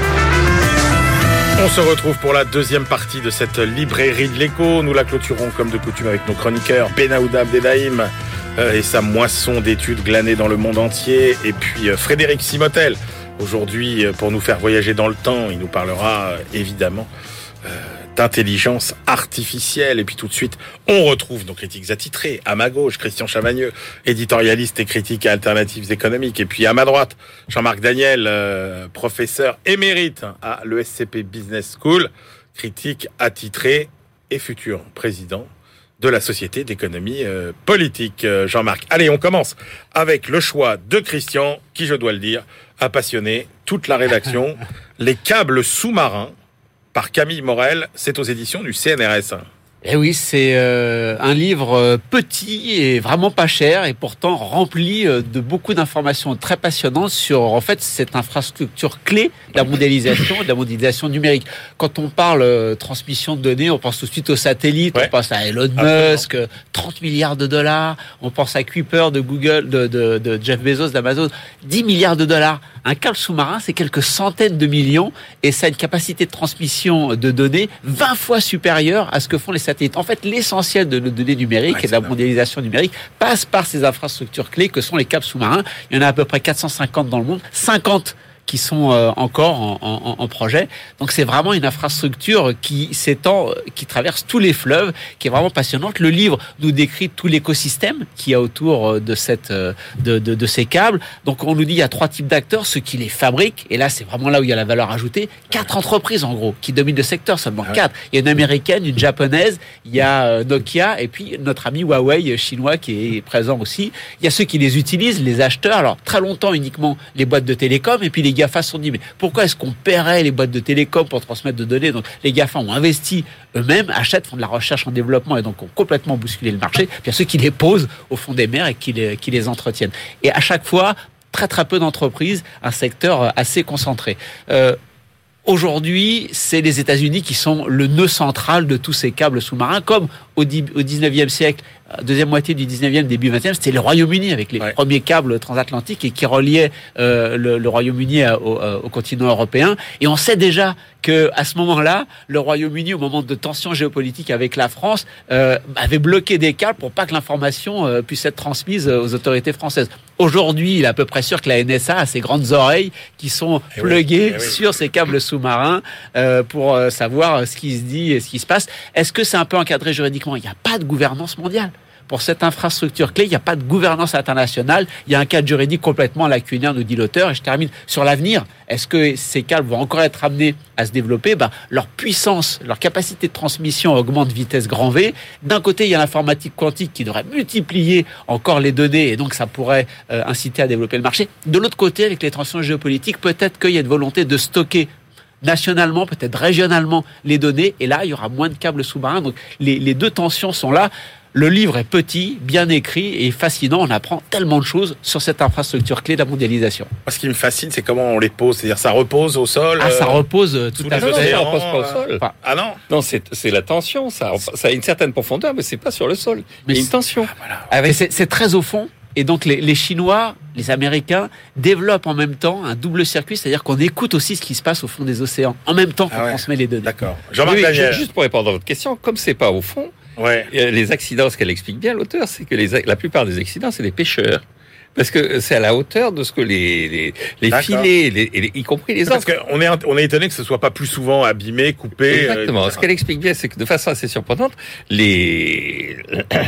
On se retrouve pour la deuxième partie de cette librairie de l'écho. Nous la clôturons comme de coutume avec nos chroniqueurs Benaouda Abdelhaim euh, et sa moisson d'études glanées dans le monde entier. Et puis euh, Frédéric Simotel. Aujourd'hui, euh, pour nous faire voyager dans le temps, il nous parlera euh, évidemment euh, d'intelligence artificielle. Et puis tout de suite, on retrouve nos critiques attitrés. À ma gauche, Christian Chavagneux, éditorialiste et critique à Alternatives économiques. Et puis à ma droite, Jean-Marc Daniel, euh, professeur émérite à l'E S C P Business School, critique attitré et futur président de la Société d'économie euh, politique. Euh, Jean-Marc, allez, on commence avec le choix de Christian, qui, je dois le dire, a passionné toute la rédaction. Les câbles sous-marins, par Camille Morel, c'est aux éditions du C N R S. Eh oui, c'est euh, un livre petit et vraiment pas cher et pourtant rempli de beaucoup d'informations très passionnantes sur en fait cette infrastructure clé de la mondialisation, de la mondialisation numérique. Quand on parle euh, transmission de données, on pense tout de suite aux satellites, ouais. On pense à Elon Musk, trente milliards de dollars, on pense à Kuiper de Google, de, de, de Jeff Bezos d'Amazon, dix milliards de dollars. Un câble sous-marin, c'est quelques centaines de millions et ça a une capacité de transmission de données vingt fois supérieure à ce que font les satellites. En fait, l'essentiel de nos données numériques ouais, et de la mondialisation numérique passe par ces infrastructures clés que sont les câbles sous-marins. Il y en a à peu près quatre cent cinquante dans le monde, cinquante qui sont euh, encore en, en, en projet. Donc c'est vraiment une infrastructure qui s'étend, qui traverse tous les fleuves, qui est vraiment passionnante. Le livre nous décrit tout l'écosystème qu'il y a autour de cette, de, de, de ces câbles. Donc on nous dit il y a trois types d'acteurs, ceux qui les fabriquent, et là c'est vraiment là où il y a la valeur ajoutée. Quatre entreprises en gros qui dominent le secteur, seulement ouais. quatre. Il y a une américaine, une japonaise, il y a Nokia et puis notre ami Huawei chinois qui est présent aussi. Il y a ceux qui les utilisent, les acheteurs. Alors très longtemps uniquement les boîtes de télécom et puis les GAFA se sont dit mais pourquoi est-ce qu'on paierait les boîtes de télécom pour transmettre de données? Donc les GAFA ont investi eux-mêmes, achètent, font de la recherche en développement et donc ont complètement bousculé le marché. Puis il y a ceux qui les posent au fond des mers et qui les, qui les entretiennent. Et à chaque fois, très très peu d'entreprises, un secteur assez concentré. Euh, Aujourd'hui, c'est les États-Unis qui sont le nœud central de tous ces câbles sous-marins, comme au dix-neuvième siècle, deuxième moitié du dix-neuvième, début vingtième, c'était le Royaume-Uni avec les ouais. premiers câbles transatlantiques et qui reliaient euh, le, le Royaume-Uni au, au continent européen. Et on sait déjà que à ce moment-là, le Royaume-Uni, au moment de tensions géopolitiques avec la France, euh, avait bloqué des câbles pour pas que l'information euh, puisse être transmise aux autorités françaises. Aujourd'hui, il est à peu près sûr que la N S A a ses grandes oreilles qui sont et pluguées oui, oui. sur ces câbles sous-marins euh, pour euh, savoir ce qui se dit et ce qui se passe. Est-ce que c'est un peu encadré juridiquement? Il n'y a pas de gouvernance mondiale. Pour cette infrastructure clé, il n'y a pas de gouvernance internationale. Il y a un cadre juridique complètement lacunaire, nous dit l'auteur. Et je termine sur l'avenir. Est-ce que ces câbles vont encore être amenés à se développer? Ben, leur puissance, leur capacité de transmission augmente vitesse grand V. D'un côté, il y a l'informatique quantique qui devrait multiplier encore les données et donc ça pourrait euh, inciter à développer le marché. De l'autre côté, avec les tensions géopolitiques, peut-être qu'il y a une volonté de stocker nationalement, peut-être régionalement les données. Et là, il y aura moins de câbles sous-marins. Donc les, les deux tensions sont là. Le livre est petit, bien écrit et fascinant. On apprend tellement de choses sur cette infrastructure clé de la mondialisation. Ce qui me fascine, c'est comment on les pose. C'est-à-dire, ça repose au sol. Ah, ça repose tout à fait. Ça repose pas au sol. Euh... Ah non. Non, c'est c'est la tension. Ça, ça a une certaine profondeur, mais c'est pas sur le sol. Mais il y a une tension. Ah, voilà. Avec... C'est, c'est très au fond. Et donc les, les Chinois, les Américains développent en même temps un double circuit, c'est-à-dire qu'on écoute aussi ce qui se passe au fond des océans, en même temps qu'on ah ouais. transmet les données. D'accord. Jean-Marc oui, Daniel. Juste pour répondre à votre question, comme c'est pas au fond, ouais. les accidents, ce qu'elle explique bien l'auteur, c'est que les, la plupart des accidents, c'est des pêcheurs. Parce que c'est à la hauteur de ce que les, les, les filets, les, les, y compris les Parce autres. Parce qu'on est, on est étonné que ce soit pas plus souvent abîmé, coupé. Exactement. Euh, ce qu'elle explique bien, c'est que de façon assez surprenante, les,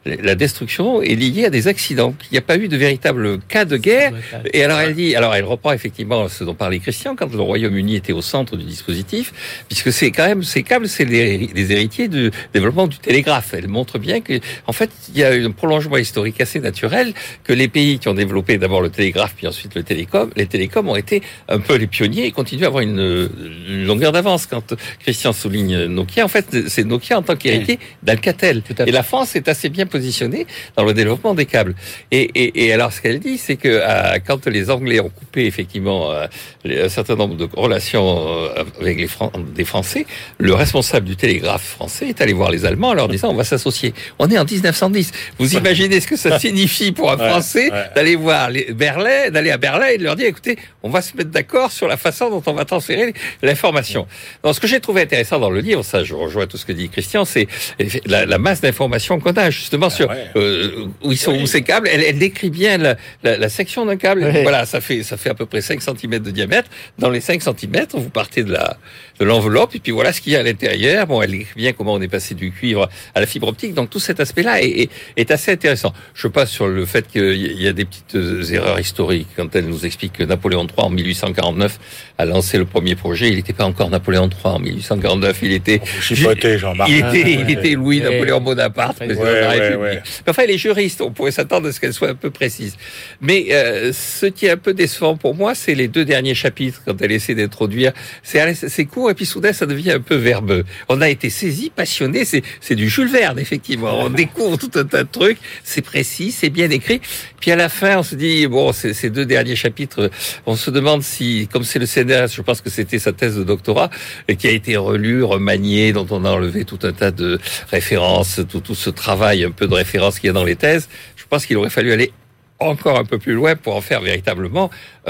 la destruction est liée à des accidents. Il n'y a pas eu de véritable cas de guerre. Et alors elle dit, alors elle reprend effectivement ce dont parlait Christian quand le Royaume-Uni était au centre du dispositif, puisque c'est quand même ces câbles, c'est les, les héritiers du développement du télégraphe. Elle montre bien que, en fait, il y a un prolongement historique assez naturel que les pays qui ont développé d'abord le télégraphe puis ensuite le télécom, les télécoms ont été un peu les pionniers et continuent à avoir une, une longueur d'avance. Quand Christian souligne Nokia, en fait, c'est Nokia en tant qu'héritier d'Alcatel. Et la France est assez bien positionnée dans le développement des câbles. Et, et, et alors, ce qu'elle dit, c'est que euh, quand les Anglais ont coupé effectivement euh, un certain nombre de relations euh, avec les Fran- des Français, le responsable du télégraphe français est allé voir les Allemands en leur disant on va s'associer. On est en dix-neuf cent dix. Vous imaginez ce que ça signifie pour un Français ouais, ouais. d'aller voir les Berlin, d'aller à Berlin et de leur dire écoutez, on va se mettre d'accord sur la façon dont on va transférer l'information. Donc, ce que j'ai trouvé intéressant dans le livre, ça, je rejoins tout ce que dit Christian, c'est la, la masse d'informations qu'on a justement ah sur ouais. euh, où ils sont oui. où ces câbles. Elle, elle décrit bien la, la, la section d'un câble. Oui. Voilà, ça fait ça fait à peu près cinq centimètres de diamètre. Dans les cinq centimètres, vous partez de la de l'enveloppe et puis voilà ce qu'il y a à l'intérieur. Bon, elle décrit bien comment on est passé du cuivre à la fibre optique. Donc tout cet aspect-là est, est, est assez intéressant. Je passe sur le fait qu'il y a des petites erreurs historiques quand elle nous explique que Napoléon trois en mille huit cent quarante-neuf a lancé le premier projet. Il n'était pas encore Napoléon trois en mille huit cent quarante-neuf. Il était chipoté, Jean-Marc. Il était, il était Louis Napoléon Bonaparte, président de la République. Ouais, ouais. Enfin, les juristes, on pourrait s'attendre à ce qu'elle soit un peu précise. Mais euh, ce qui est un peu décevant pour moi, c'est les deux derniers chapitres quand elle essaie d'introduire. C'est, c'est court et puis soudain, ça devient un peu verbeux. On a été saisis, passionnés. C'est, c'est du Jules Verne, effectivement. On découvre tout un tas de trucs. C'est précis, c'est bien écrit. Puis à la fin, on se dit bon, c'est, ces deux derniers chapitres, on se demande si, comme c'est le C N R S, je pense que c'était sa thèse de doctorat, et qui a été relue, remaniée, dont on a enlevé tout un tas de références, tout, tout ce travail un peu de référence qu'il y a dans les thèses. Je pense qu'il aurait fallu aller encore un peu plus loin pour en faire véritablement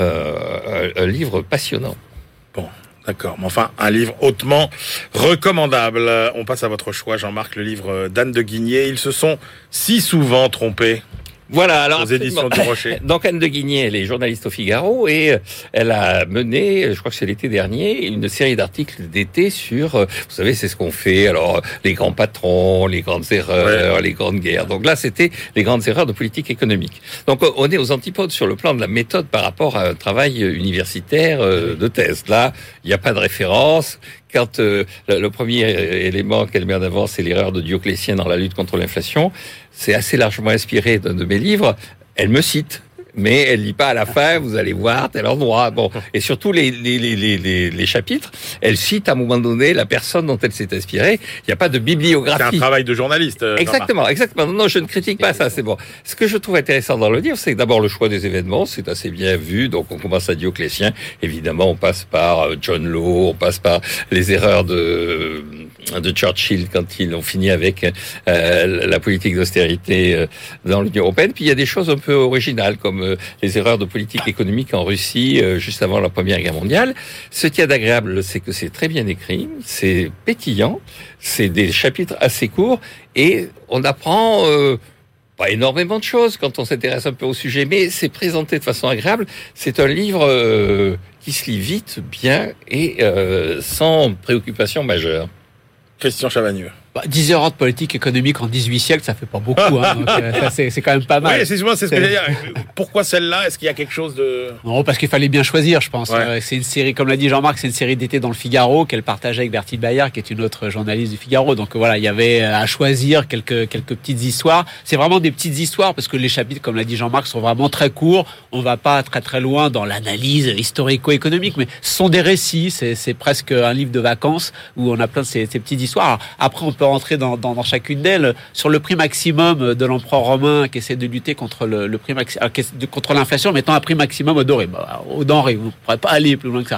euh, un, un livre passionnant. Bon, d'accord. Mais enfin, un livre hautement recommandable. On passe à votre choix, Jean-Marc, le livre d'Anne de Guigné. Ils se sont si souvent trompés. Voilà, alors aux éditions du Rocher. Donc Anne de Guigné, elle est journaliste au Figaro et elle a mené, je crois que c'est l'été dernier, une série d'articles d'été sur, vous savez, c'est ce qu'on fait, alors les grands patrons, les grandes erreurs, ouais. les grandes guerres. Donc là, c'était les grandes erreurs de politique économique. Donc on est aux antipodes sur le plan de la méthode par rapport à un travail universitaire de thèse. Là, il n'y a pas de référence. Quand euh, le, le premier élément qu'elle met en avant, c'est l'erreur de Dioclétien dans la lutte contre l'inflation, c'est assez largement inspiré d'un de mes livres. Elle me cite, mais elle lit pas à la fin, vous allez voir tel endroit. Bon, et surtout les les les les les chapitres, elle cite à un moment donné la personne dont elle s'est inspirée. Il n'y a pas de bibliographie. C'est un travail de journaliste. Exactement, Jean-Marc. exactement. Non, non, je ne critique pas ça, c'est bon. Ce que je trouve intéressant dans le livre, c'est que d'abord le choix des événements, c'est assez bien vu. Donc on commence à Dioclétien, évidemment, on passe par John Law, on passe par les erreurs de de Churchill quand ils ont fini avec euh, la politique d'austérité euh, dans l'Union européenne. Puis il y a des choses un peu originales comme euh, les erreurs de politique économique en Russie euh, juste avant la Première Guerre mondiale. Ce qui est agréable, c'est que c'est très bien écrit, c'est pétillant, c'est des chapitres assez courts et on apprend euh, pas énormément de choses quand on s'intéresse un peu au sujet, mais c'est présenté de façon agréable. C'est un livre euh, qui se lit vite, bien et euh, sans préoccupation majeure. Christian Chavagneux. Bah, dix heures de politique économique en dix-huit siècles, ça fait pas beaucoup. Hein, donc, euh, ça, c'est, c'est quand même pas mal. Oui, c'est souvent c'est ce que j'allais dire. Pourquoi celle-là ? Est-ce qu'il y a quelque chose de... Non, parce qu'il fallait bien choisir, je pense. Ouais. Euh, c'est une série, comme l'a dit Jean-Marc, c'est une série d'été dans le Figaro qu'elle partageait avec Bertille Bayard, qui est une autre journaliste du Figaro. Donc voilà, il y avait à choisir quelques quelques petites histoires. C'est vraiment des petites histoires parce que les chapitres, comme l'a dit Jean-Marc, sont vraiment très courts. On va pas très très loin dans l'analyse historico-économique, mais ce sont des récits. C'est, c'est presque un livre de vacances où on a plein de ces, ces petites histoires. Alors, après, on peut rentrer dans, dans, dans chacune d'elles. Sur le prix maximum de l'empereur romain qui essaie de lutter contre le, le prix maxi- contre l'inflation, mettant un prix maximum aux denrées. Bah, aux denrées, vous ne pourrez pas aller plus loin que ça.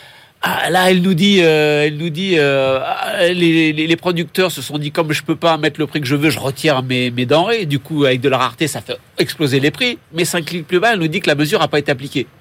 Ah, là, elle nous dit, euh, elle nous dit, euh, les, les, les producteurs se sont dit, comme je peux pas mettre le prix que je veux, je retire mes, mes denrées. Du coup, avec de la rareté, ça fait exploser les prix. Mais cinq lignes plus bas, elle nous dit que la mesure n'a pas été appliquée.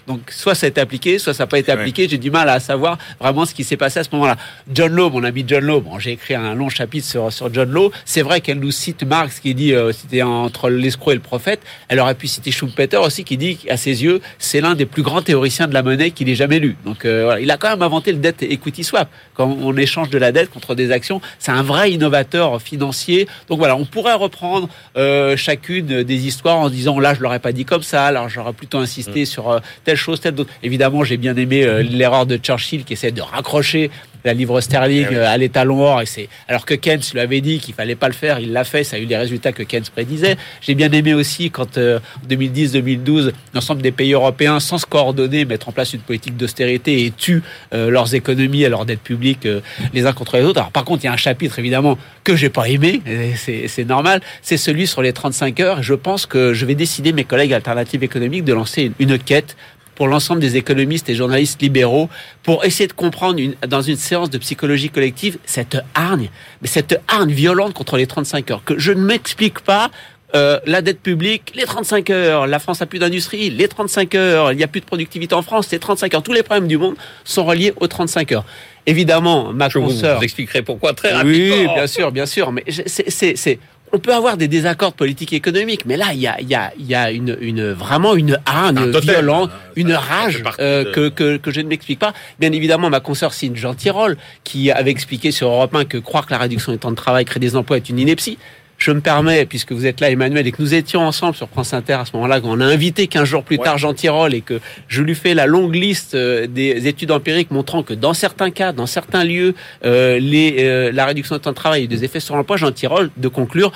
Donc, soit ça a été appliqué, soit ça n'a pas été appliqué. Ouais. J'ai du mal à savoir vraiment ce qui s'est passé à ce moment-là. John Law, mon ami John Law, bon, j'ai écrit un long chapitre sur, sur John Law. C'est vrai qu'elle nous cite Marx qui dit euh, c'était entre l'escroc et le prophète. Elle aurait pu citer Schumpeter aussi qui dit qu'à ses yeux, c'est l'un des plus grands théoriciens de la monnaie qu'il ait jamais lu. Donc, euh, voilà. Il a quand même inventé le debt equity swap. Quand on échange de la dette contre des actions, c'est un vrai innovateur financier. Donc voilà, on pourrait reprendre euh, chacune des histoires en disant là, je l'aurais pas dit comme ça, alors j'aurais plutôt insisté mmh. sur euh, telle chose, telle d'autre. Évidemment, j'ai bien aimé euh, l'erreur de Churchill qui essaie de raccrocher la livre sterling euh, à l'étalon or. Et c'est... Alors que Keynes lui avait dit qu'il fallait pas le faire, il l'a fait, ça a eu les résultats que Keynes prédisait. J'ai bien aimé aussi quand, euh, en deux mille dix deux mille douze, l'ensemble des pays européens, sans se coordonner, mettre en place une politique d'austérité et tuent euh, leurs économies et leurs dettes publiques euh, les uns contre les autres. Alors par contre, il y a un chapitre, évidemment, que j'ai pas aimé, et c'est, c'est normal, c'est celui sur les trente-cinq heures. Je pense que je vais décider, mes collègues Alternatives économiques, de lancer une, une quête pour l'ensemble des économistes et journalistes libéraux, pour essayer de comprendre une, dans une séance de psychologie collective cette hargne, mais cette hargne violente contre les trente-cinq heures, que je ne m'explique pas. Euh, la dette publique, les trente-cinq heures, la France a plus d'industrie, les trente-cinq heures, il n'y a plus de productivité en France, les trente-cinq heures, tous les problèmes du monde sont reliés aux trente-cinq heures. Évidemment, ma je consoeur... vous, vous expliquerai pourquoi très rapidement. Oui, bien sûr, bien sûr, mais c'est... c'est, c'est on peut avoir des désaccords politiques et économiques, mais là, il y a, il y a, il y a une, une, vraiment une hargne violente, une rage euh, que, que, que je ne m'explique pas. Bien évidemment, ma consoeur Signe Jean Tirole, qui avait expliqué sur Europe un que croire que la réduction du temps de travail crée des emplois est une ineptie. Je me permets, puisque vous êtes là, Emmanuel, et que nous étions ensemble sur France Inter à ce moment-là, qu'on a invité quinze jours plus ouais. tard Jean Tirole et que je lui fais la longue liste des études empiriques montrant que dans certains cas, dans certains lieux, euh, les, euh, la réduction du temps de travail a eu des effets sur l'emploi. Jean Tirole, de conclure,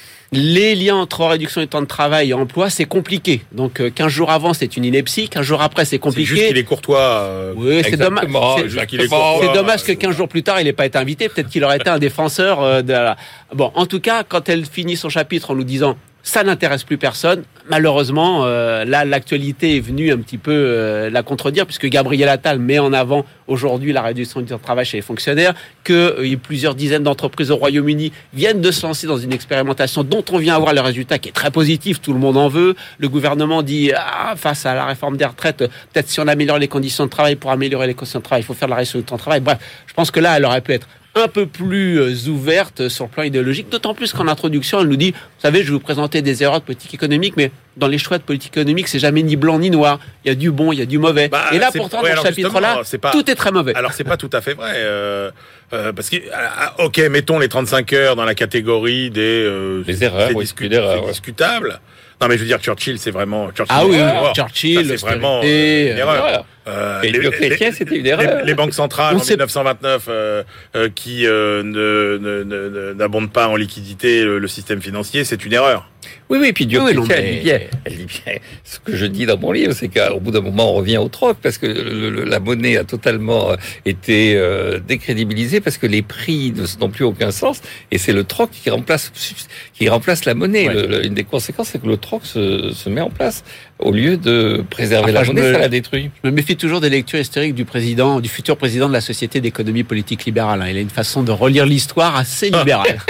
les liens entre réduction du temps de travail et emploi, c'est compliqué. Donc, euh, quinze jours avant, c'est une ineptie. quinze jours après, c'est compliqué. C'est juste qu'il est courtois. Euh, oui, c'est dommage. C'est, c'est, c'est, c'est dommage que quinze jours plus tard, il n'ait pas été invité. Peut-être qu'il aurait été un défenseur euh, de la... Bon, en tout cas, quand elle finit son chapitre en nous disant ça n'intéresse plus personne, malheureusement, euh, là, l'actualité est venue un petit peu euh, la contredire, puisque Gabriel Attal met en avant aujourd'hui la réduction du temps de travail chez les fonctionnaires, que euh, plusieurs dizaines d'entreprises au Royaume-Uni viennent de se lancer dans une expérimentation dont on vient avoir le résultat qui est très positif, tout le monde en veut. Le gouvernement dit, ah, face à la réforme des retraites, peut-être si on améliore les conditions de travail, pour améliorer les conditions de travail, il faut faire la réduction du temps de travail. Bref, je pense que là, elle aurait pu être un peu plus ouverte sur le plan idéologique, d'autant plus qu'en introduction, elle nous dit, vous savez, je vais vous présenter des erreurs de politique économique, mais dans les choix de politique économique, c'est jamais ni blanc ni noir. Il y a du bon, il y a du mauvais. Bah, et là, pourtant, ouais, dans ce chapitre-là, pas... tout est très mauvais. Alors, c'est pas tout à fait vrai. Euh, euh, parce que, euh, ok, mettons les trente-cinq heures dans la catégorie des... Euh, les erreurs, oui, discu- erreurs, ouais. discutables. Non, mais je veux dire, Churchill, c'est vraiment... Churchill, ah oui, oh, Churchill, ça, c'est vraiment euh, une erreur. Euh, et le chrétien, c'était une erreur. Les, les banques centrales, on en dix-neuf cent vingt-neuf, euh, euh, qui euh, ne, ne, ne, n'abondent pas en liquidité le, le système financier, c'est une erreur. Oui, oui, puis Dieu oui, chrétien, elle dit bien, elle dit bien. Ce que je dis dans mon livre, c'est qu'au bout d'un moment, on revient au troc, parce que le, le, la monnaie a totalement été euh, décrédibilisée, parce que les prix n'ont plus aucun sens, et c'est le troc qui remplace, qui remplace la monnaie. Ouais. Le, le, une des conséquences, c'est que le troc se, se met en place. Au lieu de préserver enfin, la monnaie, me, ça la détruit. Je me méfie toujours des lectures historiques du président, du futur président de la Société d'économie politique libérale. Il a une façon de relire l'histoire assez libérale.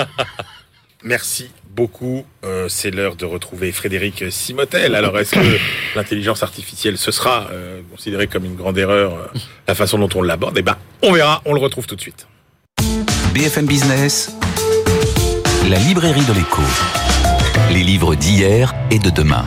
Merci beaucoup. Euh, c'est l'heure de retrouver Frédéric Simotel. Alors, est-ce que l'intelligence artificielle, ce sera euh, considéré comme une grande erreur, euh, la façon dont on l'aborde? Eh ben, on verra. On le retrouve tout de suite. B F M Business, la librairie de l'écho. Les livres d'hier et de demain.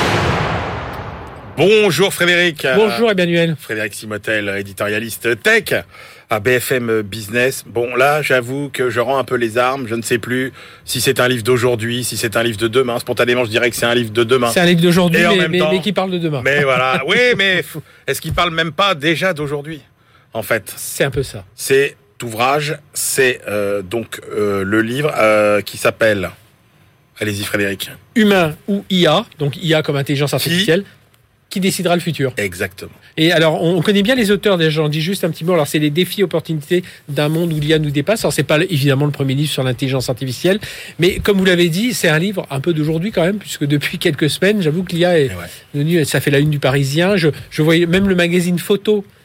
Bonjour Frédéric. Bonjour Emmanuel. Frédéric Simotel, éditorialiste tech à B F M Business. Bon, là, j'avoue que je rends un peu les armes. Je ne sais plus si c'est un livre d'aujourd'hui, si c'est un livre de demain. Spontanément, je dirais que c'est un livre de demain. C'est un livre d'aujourd'hui, mais, mais, temps, mais qui parle de demain. Mais voilà. Oui, mais est-ce qu'il parle même pas déjà d'aujourd'hui, en fait? C'est un peu ça. C'est ouvrage, c'est euh, donc euh, le livre euh, qui s'appelle... Allez-y Frédéric. Humain ou I A, donc I A comme intelligence artificielle. Qui qui décidera le futur. Exactement. Et alors, on connaît bien les auteurs déjà, j'en dis juste un petit mot. Alors, c'est les défis, opportunités d'un monde où l'I A nous dépasse. Alors, c'est pas évidemment le premier livre sur l'intelligence artificielle, mais comme vous l'avez dit, c'est un livre un peu d'aujourd'hui quand même, puisque depuis quelques semaines, j'avoue que l'I A est ouais. devenue, ça fait la une du Parisien. Je, je voyais même le magazine Photo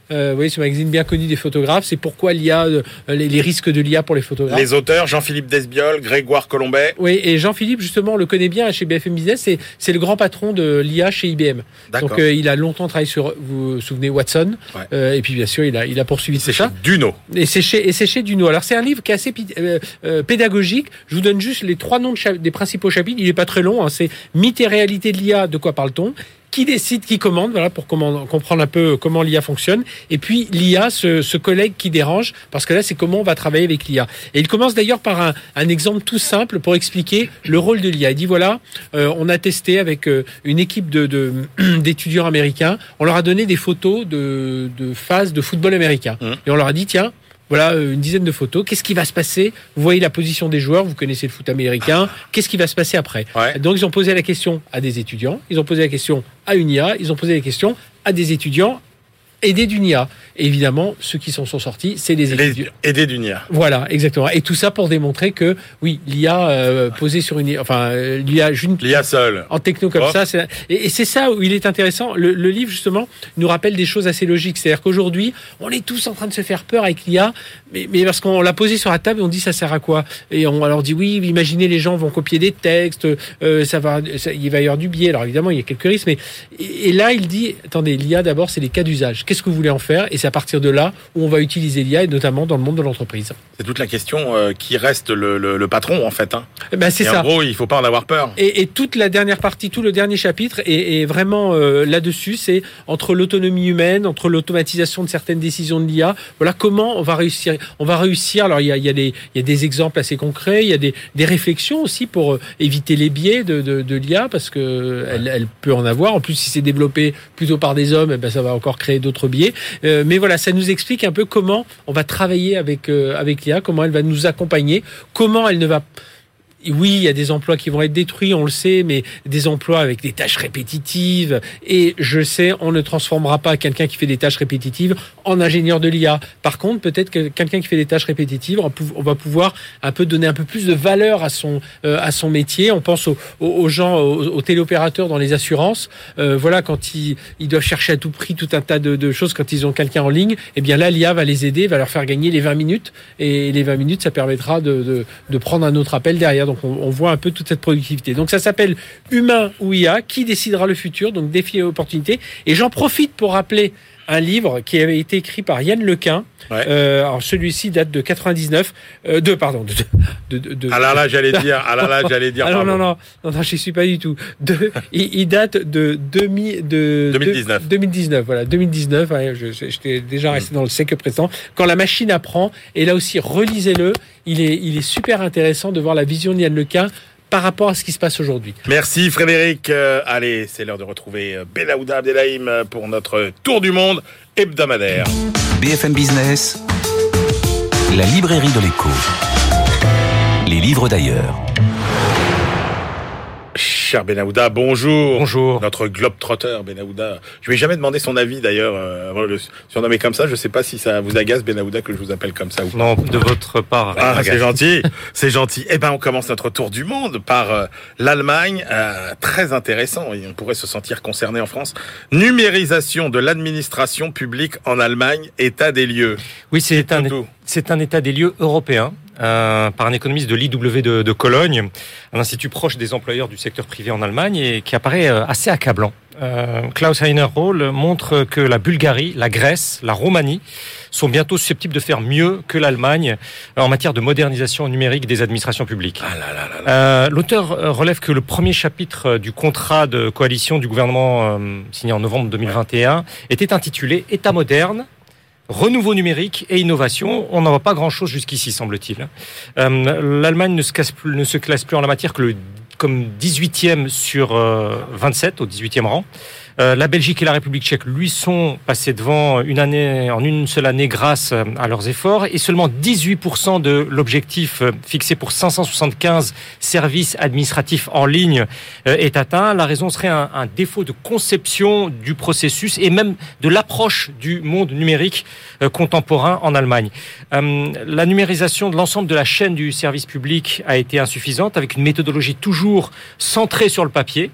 Euh, oui, ce magazine bien connu des photographes. C'est pourquoi l'I A, euh, les, les risques de l'I A pour les photographes. Les auteurs, Jean-Philippe Desbiol, Grégoire Colombet. Oui, et Jean-Philippe, justement, on le connaît bien chez B F M Business. C'est, c'est le grand patron de l'I A chez I B M. D'accord. Donc, euh, il a longtemps travaillé sur, vous vous souvenez, Watson. Ouais. Euh, et puis, bien sûr, il a, il a poursuivi c'est tout ça. C'est chez Duno. Et c'est chez, et c'est chez Duno. Alors, c'est un livre qui est assez euh, euh, pédagogique. Je vous donne juste les trois noms de cha- des principaux chapitres. Il n'est pas très long. Hein. C'est Mythe et réalité de l'I A. De quoi parle-t-on ? Qui décide, qui commande, voilà, pour comment, comprendre un peu comment l'I A fonctionne. Et puis, l'I A, ce, ce collègue qui dérange, parce que là, c'est comment on va travailler avec l'I A. Et il commence d'ailleurs par un, un exemple tout simple pour expliquer le rôle de l'I A. Il dit, voilà, euh, on a testé avec euh, une équipe de, de, d'étudiants américains, on leur a donné des photos de, de phases de football américain. Mmh. Et on leur a dit, tiens, voilà une dizaine de photos. Qu'est-ce qui va se passer ? Vous voyez la position des joueurs, vous connaissez le foot américain. Qu'est-ce qui va se passer après ? Ouais. Donc, ils ont posé la question à des étudiants, ils ont posé la question à une I A, ils ont posé la question à des étudiants aidés d'une I A. Et évidemment, ceux qui s'en sont sortis, c'est les étudiants. Aidés d'une I A. Voilà, exactement. Et tout ça pour démontrer que, oui, l'I A euh, posée sur une I A, enfin, euh, l'I A, une, l'I A seule. En techno comme oh. ça. C'est, et, et c'est ça où il est intéressant. Le, le livre, justement, nous rappelle des choses assez logiques. C'est-à-dire qu'aujourd'hui, on est tous en train de se faire peur avec l'I A, mais, mais parce qu'on l'a posé sur la table et on dit ça sert à quoi ? Et on alors dit oui, imaginez les gens vont copier des textes, euh, ça va, ça, il va y avoir du biais. Alors évidemment, il y a quelques risques, mais et, et là, il dit, attendez, l'I A d'abord, c'est les cas d'usage. Qu'est-ce que vous voulez en faire ? Et c'est à partir de là où on va utiliser l'I A, et notamment dans le monde de l'entreprise. C'est toute la question euh, qui reste le, le, le patron, en fait. Hein. Ben, c'est et ça. En gros, il ne faut pas en avoir peur. Et, et toute la dernière partie, tout le dernier chapitre est, est vraiment euh, là-dessus. C'est entre l'autonomie humaine, entre l'automatisation de certaines décisions de l'I A. Voilà comment on va réussir. On va réussir. Alors, il y a, il y a, des, il y a des exemples assez concrets. Il y a des, des réflexions aussi pour euh, éviter les biais de, de, de l'I A, parce que ouais. elle, elle peut en avoir. En plus, si c'est développé plutôt par des hommes, eh ben, ça va encore créer d'autres biais. Euh, mais voilà, ça nous explique un peu comment on va travailler avec, euh, avec l'I A, comment elle va nous accompagner, comment elle ne va... Oui, il y a des emplois qui vont être détruits, on le sait, mais des emplois avec des tâches répétitives. Et je sais, on ne transformera pas quelqu'un qui fait des tâches répétitives en ingénieur de l'I A. Par contre, peut-être que quelqu'un qui fait des tâches répétitives, on va pouvoir un peu donner un peu plus de valeur à son euh, à son métier. On pense aux, aux gens, aux, aux téléopérateurs dans les assurances. Euh, voilà, quand ils, ils doivent chercher à tout prix tout un tas de, de choses quand ils ont quelqu'un en ligne, eh bien là, l'I A va les aider, va leur faire gagner les vingt minutes. Et les vingt minutes, ça permettra de, de, de prendre un autre appel derrière. Donc, on, on voit un peu toute cette productivité. Donc, ça s'appelle Humain ou I A, qui décidera le futur, donc défi et opportunité. Et j'en profite pour rappeler un livre qui avait été écrit par Yann Lequin. Ouais. Euh, alors, celui-ci date de quatre-vingt-dix-neuf, euh, de, pardon, de, de, de, Ah là là, j'allais dire, ah là là, j'allais dire. Ah non, non, non, non, non, j'y suis pas du tout. De, il, il date de, demi, de deux mille dix-neuf. De, deux mille dix-neuf, voilà, deux mille dix-neuf. Ouais, je, j'étais déjà resté mmh. dans le siècle présent. Quand la machine apprend, et là aussi, relisez-le. Il est, il est super intéressant de voir la vision de Yann Lequin par rapport à ce qui se passe aujourd'hui. Merci Frédéric. Euh, allez, c'est l'heure de retrouver Benaouda Abdelhaim pour notre tour du monde hebdomadaire. B F M Business, la librairie de l'écho. Les livres d'ailleurs. Cher Benaouda, bonjour. Bonjour. Notre globe-trotteur Benaouda. Je lui ai jamais demandé son avis d'ailleurs, euh, avant de le surnommer comme ça. Je sais pas si ça vous agace, Benaouda, que je vous appelle comme ça ou pas. Non, de votre part. Ah, c'est gentil, c'est gentil. Eh ben, on commence notre tour du monde par euh, l'Allemagne, euh, très intéressant. Et on pourrait se sentir concerné en France. Numérisation de l'administration publique en Allemagne, état des lieux. Oui, c'est un, c'est un état des lieux européen. Euh, par un économiste de l'I W de, de Cologne, un institut proche des employeurs du secteur privé en Allemagne et qui apparaît euh, assez accablant. Euh, Klaus Heiner Rohl montre que la Bulgarie, la Grèce, la Roumanie sont bientôt susceptibles de faire mieux que l'Allemagne en matière de modernisation numérique des administrations publiques. Ah là là là là. Euh, l'auteur relève que le premier chapitre du contrat de coalition du gouvernement euh, signé en novembre deux mille vingt et un était intitulé « État moderne ». Renouveau numérique et innovation, on n'en voit pas grand-chose jusqu'ici, semble-t-il. Euh, L'Allemagne ne se, casse plus, ne se classe plus en la matière que le, comme dix-huitième sur euh, vingt-sept, au dix-huitième rang. Euh, la Belgique et la République tchèque, lui, sont passés devant une année, en une seule année grâce à leurs efforts. Et seulement dix-huit pour cent de l'objectif fixé pour cinq cent soixante-quinze services administratifs en ligne euh, est atteint. La raison serait un, un défaut de conception du processus et même de l'approche du monde numérique euh, contemporain en Allemagne. Euh, la numérisation de l'ensemble de la chaîne du service public a été insuffisante, avec une méthodologie toujours centrée sur le papier.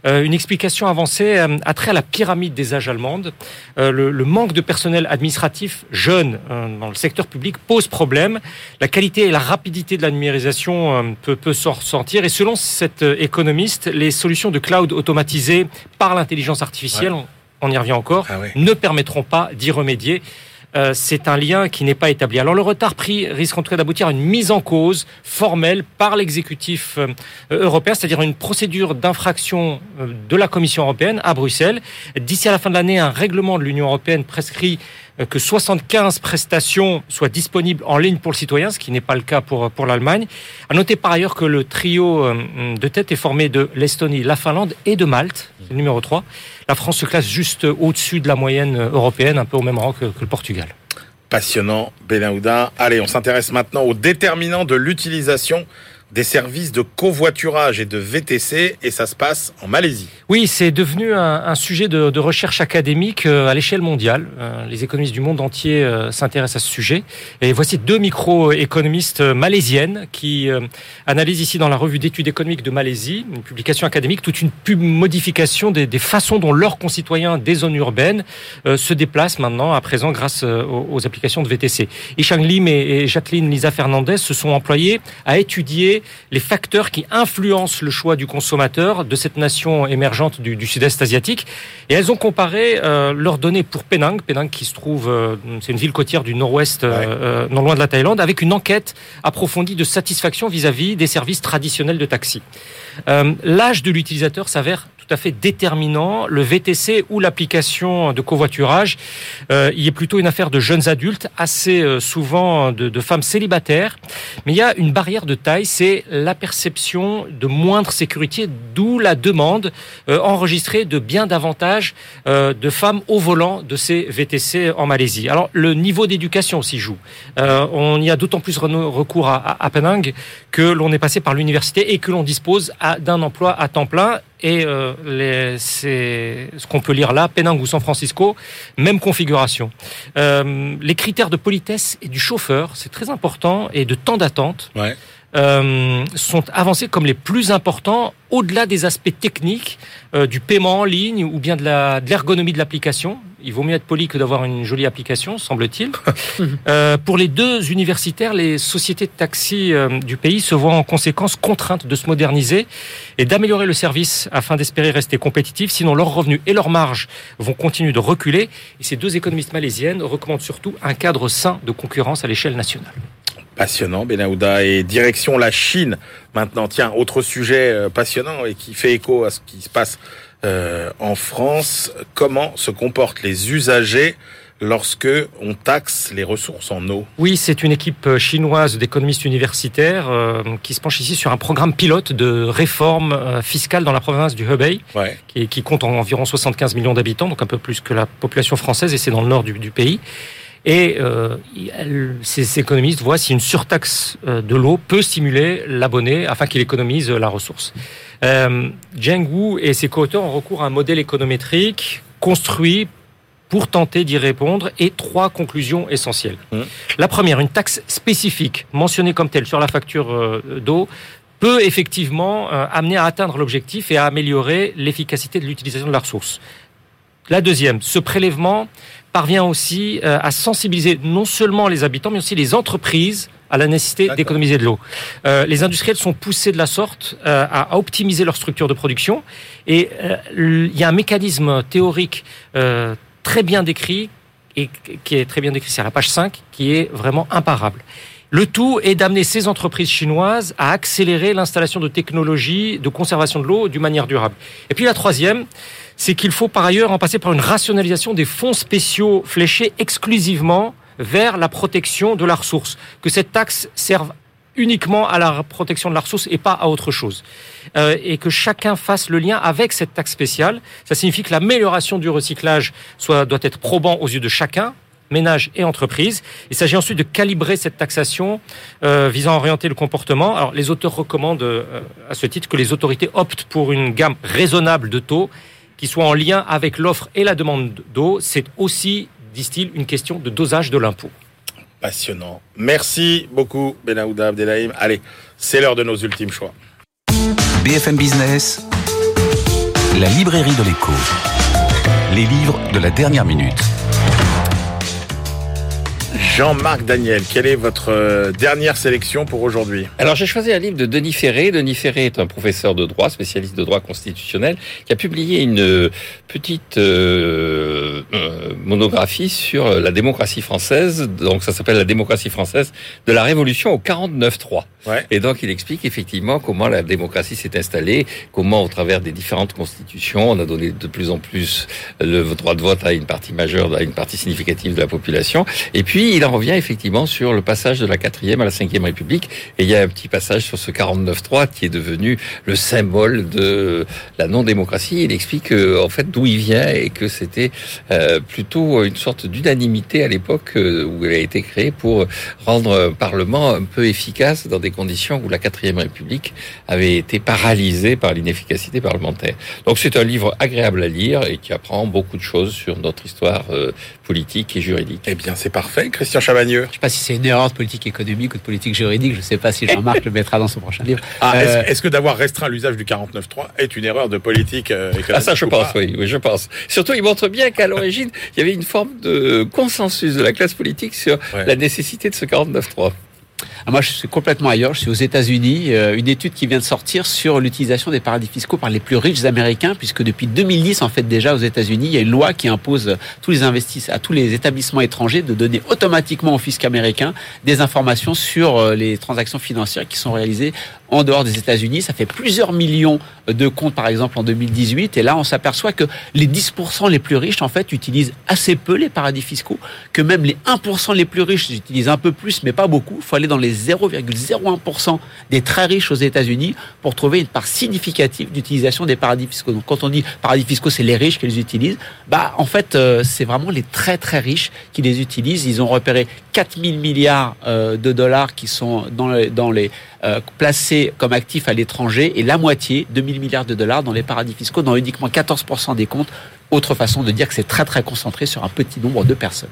Euh, une explication avancée euh, a trait à la pyramide des âges allemandes. Euh, le, le manque de personnel administratif jeune euh, dans le secteur public pose problème. La qualité et la rapidité de la numérisation euh, peut, peut s'en ressentir. Et selon cet euh, économiste, les solutions de cloud automatisées par l'intelligence artificielle, ouais. on, on y revient encore, ah ouais. ne permettront pas d'y remédier. Euh, c'est un lien qui n'est pas établi. Alors le retard pris risque en tout cas d'aboutir à une mise en cause formelle par l'exécutif euh, européen, c'est-à-dire une procédure d'infraction euh, de la Commission européenne à Bruxelles. D'ici à la fin de l'année, un règlement de l'Union européenne prescrit euh, que soixante-quinze prestations soient disponibles en ligne pour le citoyen, ce qui n'est pas le cas pour, pour l'Allemagne. À noter par ailleurs que le trio euh, de tête est formé de l'Estonie, la Finlande et de Malte, c'est le numéro trois. La France se classe juste au-dessus de la moyenne européenne, un peu au même rang que, que le Portugal. Passionnant, Benaouda. Allez, on s'intéresse maintenant aux déterminants de l'utilisation des services de covoiturage et de V T C, et ça se passe en Malaisie. Oui, c'est devenu un, un sujet de, de recherche académique à l'échelle mondiale. Les économistes du monde entier s'intéressent à ce sujet. Et voici deux micro-économistes malaisiennes qui analysent ici dans la revue d'études économiques de Malaisie, une publication académique, toute une pub modification des, des façons dont leurs concitoyens des zones urbaines euh, se déplacent maintenant, à présent, grâce aux, aux applications de V T C. Ishang Lim et, et Jacqueline Lisa Fernandez se sont employés à étudier les facteurs qui influencent le choix du consommateur de cette nation émergente du, du sud-est asiatique. Et elles ont comparé euh, leurs données pour Penang, Penang qui se trouve, euh, c'est une ville côtière du nord-ouest, euh, non loin de la Thaïlande, avec une enquête approfondie de satisfaction vis-à-vis des services traditionnels de taxi. Euh, l'âge de l'utilisateur s'avère tout à fait déterminant. Le V T C ou l'application de covoiturage, euh, il est plutôt une affaire de jeunes adultes, assez euh, souvent de, de femmes célibataires. Mais il y a une barrière de taille, c'est la perception de moindre sécurité, d'où la demande euh, enregistrée de bien davantage euh, de femmes au volant de ces V T C en Malaisie. Alors le niveau d'éducation aussi joue. Euh, on y a d'autant plus recours à, à, à Penang que l'on est passé par l'université et que l'on dispose à, d'un emploi à temps plein. Et euh, les, c'est ce qu'on peut lire là, Penang ou San Francisco, même configuration. Euh, les critères de politesse et du chauffeur, c'est très important, et de temps d'attente, ouais. euh, sont avancés comme les plus importants, au-delà des aspects techniques euh, du paiement en ligne ou bien de, la, de l'ergonomie de l'application. Il vaut mieux être poli que d'avoir une jolie application, semble-t-il. euh, pour les deux universitaires, les sociétés de taxi euh, du pays se voient en conséquence contraintes de se moderniser et d'améliorer le service afin d'espérer rester compétitifs. Sinon, leurs revenus et leurs marges vont continuer de reculer. Et ces deux économistes malaisiennes recommandent surtout un cadre sain de concurrence à l'échelle nationale. Passionnant, Benaouda. Et direction la Chine maintenant. Tiens, autre sujet passionnant et qui fait écho à ce qui se passe euh, en France. Comment se comportent les usagers lorsque on taxe les ressources en eau? Oui, c'est une équipe chinoise d'économistes universitaires euh, qui se penche ici sur un programme pilote de réforme euh, fiscale dans la province du Hebei, ouais. qui, qui compte environ soixante-quinze millions d'habitants, donc un peu plus que la population française, et c'est dans le nord du, du pays. Et euh, ces économistes voient si une surtaxe de l'eau peut stimuler l'abonné afin qu'il économise la ressource. Euh, Zheng Wu et ses co-auteurs ont recours à un modèle économétrique construit pour tenter d'y répondre, et trois conclusions essentielles. Mmh. La première, une taxe spécifique mentionnée comme telle sur la facture d'eau peut effectivement euh, amener à atteindre l'objectif et à améliorer l'efficacité de l'utilisation de la ressource. La deuxième, ce prélèvement parvient aussi euh, à sensibiliser non seulement les habitants, mais aussi les entreprises à la nécessité D'accord. d'économiser de l'eau. Euh, les industriels sont poussés de la sorte euh, à, à optimiser leur structure de production, et euh, il y a un mécanisme théorique euh, très bien décrit, et qui est très bien décrit, c'est à la page cinq, qui est vraiment imparable. Le tout est d'amener ces entreprises chinoises à accélérer l'installation de technologies de conservation de l'eau d'une manière durable. Et puis la troisième, c'est qu'il faut par ailleurs en passer par une rationalisation des fonds spéciaux fléchés exclusivement vers la protection de la ressource. Que cette taxe serve uniquement à la protection de la ressource et pas à autre chose. Euh, et que chacun fasse le lien avec cette taxe spéciale. Ça signifie que l'amélioration du recyclage soit, doit être probant aux yeux de chacun, ménages et entreprises. Il s'agit ensuite de calibrer cette taxation euh, visant à orienter le comportement. Alors, les auteurs recommandent euh, à ce titre que les autorités optent pour une gamme raisonnable de taux qui soit en lien avec l'offre et la demande d'eau. C'est aussi, disent-ils, une question de dosage de l'impôt. Passionnant. Merci beaucoup, Benaouda Abdelhaim. Allez, c'est l'heure de nos ultimes choix. B F M Business, La librairie de l'écho. Les livres de la dernière minute. Jean-Marc Daniel, quelle est votre euh, dernière sélection pour aujourd'hui ? Alors j'ai choisi un livre de Denis Ferré. Denis Ferré est un professeur de droit, spécialiste de droit constitutionnel, qui a publié une euh, petite euh, euh, monographie sur la démocratie française. Donc ça s'appelle La démocratie française de la Révolution au quarante-neuf trois. Ouais. Et donc il explique effectivement comment la démocratie s'est installée, comment au travers des différentes constitutions, on a donné de plus en plus le droit de vote à une partie majeure, à une partie significative de la population. Et puis il en revient effectivement sur le passage de la quatrième à la cinquième République. Et il y a un petit passage sur ce quarante-neuf trois qui est devenu le symbole de la non-démocratie. Il explique en fait d'où il vient et que c'était euh, plutôt une sorte d'unanimité à l'époque euh, où elle a été créée pour rendre un Parlement un peu efficace dans des conditions où la quatrième République avait été paralysée par l'inefficacité parlementaire. Donc c'est un livre agréable à lire et qui apprend beaucoup de choses sur notre histoire euh, politique et juridique. Eh bien c'est parfait. Christian Chavagneux. Je ne sais pas si c'est une erreur de politique économique ou de politique juridique. Je ne sais pas si Jean-Marc le mettra dans son prochain livre. Ah, euh... est-ce, est-ce que d'avoir restreint l'usage du quarante-neuf trois est une erreur de politique euh, économique ? Ah ça je pense, oui, oui, je pense. Surtout, il montre bien qu'à l'origine, il y avait une forme de consensus de la classe politique sur ouais. la nécessité de ce quarante-neuf trois. Moi, je suis complètement ailleurs. Je suis aux États-Unis. Euh, une étude qui vient de sortir sur l'utilisation des paradis fiscaux par les plus riches Américains, puisque depuis deux mille dix, en fait, déjà aux États-Unis, il y a une loi qui impose tous les investisseurs, à tous les établissements étrangers de donner automatiquement au fisc américain des informations sur euh, les transactions financières qui sont réalisées en dehors des États-Unis. Ça fait plusieurs millions de comptes, par exemple, en deux mille dix-huit. Et là, on s'aperçoit que les dix pour cent les plus riches, en fait, utilisent assez peu les paradis fiscaux, que même les un pour cent les plus riches utilisent un peu plus, mais pas beaucoup. Il faut aller dans les zéro virgule zéro un pour cent des très riches aux États-Unis pour trouver une part significative d'utilisation des paradis fiscaux. Donc, quand on dit paradis fiscaux, c'est les riches qui les utilisent. Bah, en fait, euh, c'est vraiment les très très riches qui les utilisent. Ils ont repéré quatre mille milliards euh, de dollars qui sont dans les, dans les euh, placés comme actifs à l'étranger et la moitié, deux mille milliards de dollars dans les paradis fiscaux, dans uniquement quatorze pour cent des comptes. Autre façon de dire que c'est très très concentré sur un petit nombre de personnes.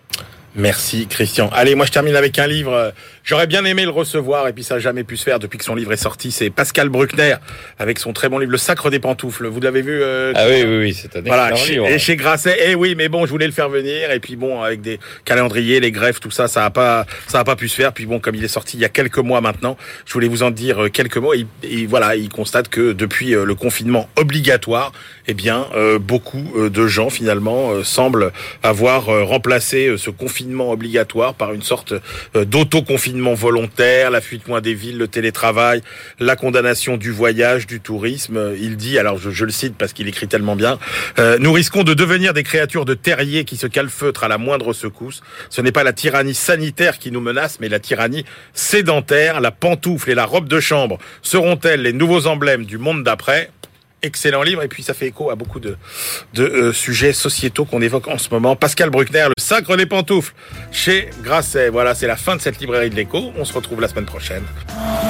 Merci Christian. Allez, moi je termine avec un livre. J'aurais bien aimé le recevoir et puis ça n'a jamais pu se faire depuis que son livre est sorti. C'est Pascal Bruckner avec son très bon livre Le Sacre des pantoufles. Vous l'avez vu euh, Ah oui, oui, oui, c'est un voilà, excellent chez, livre. Et chez Grasset. Eh oui, mais bon, je voulais le faire venir et puis bon, avec des calendriers, les greffes, tout ça, ça a pas, ça a pas pu se faire. Puis bon, comme il est sorti il y a quelques mois maintenant, je voulais vous en dire quelques mots. Et, et voilà, il constate que depuis le confinement obligatoire, eh bien, euh, beaucoup de gens finalement euh, semblent avoir euh, remplacé euh, ce confinement obligatoire par une sorte euh, d'autoconfinement volontaire, la fuite loin des villes, le télétravail, la condamnation du voyage, du tourisme. Il dit, alors je, je le cite parce qu'il écrit tellement bien, euh, nous risquons de devenir des créatures de terriers qui se calfeutrent à la moindre secousse. Ce n'est pas la tyrannie sanitaire qui nous menace, mais la tyrannie sédentaire. La pantoufle et la robe de chambre seront-elles les nouveaux emblèmes du monde d'après ? Excellent livre, et puis ça fait écho à beaucoup de, de euh, sujets sociétaux qu'on évoque en ce moment. Pascal Bruckner, Le Sacre des pantoufles, chez Grasset. Voilà, c'est la fin de cette librairie de l'écho. On se retrouve la semaine prochaine.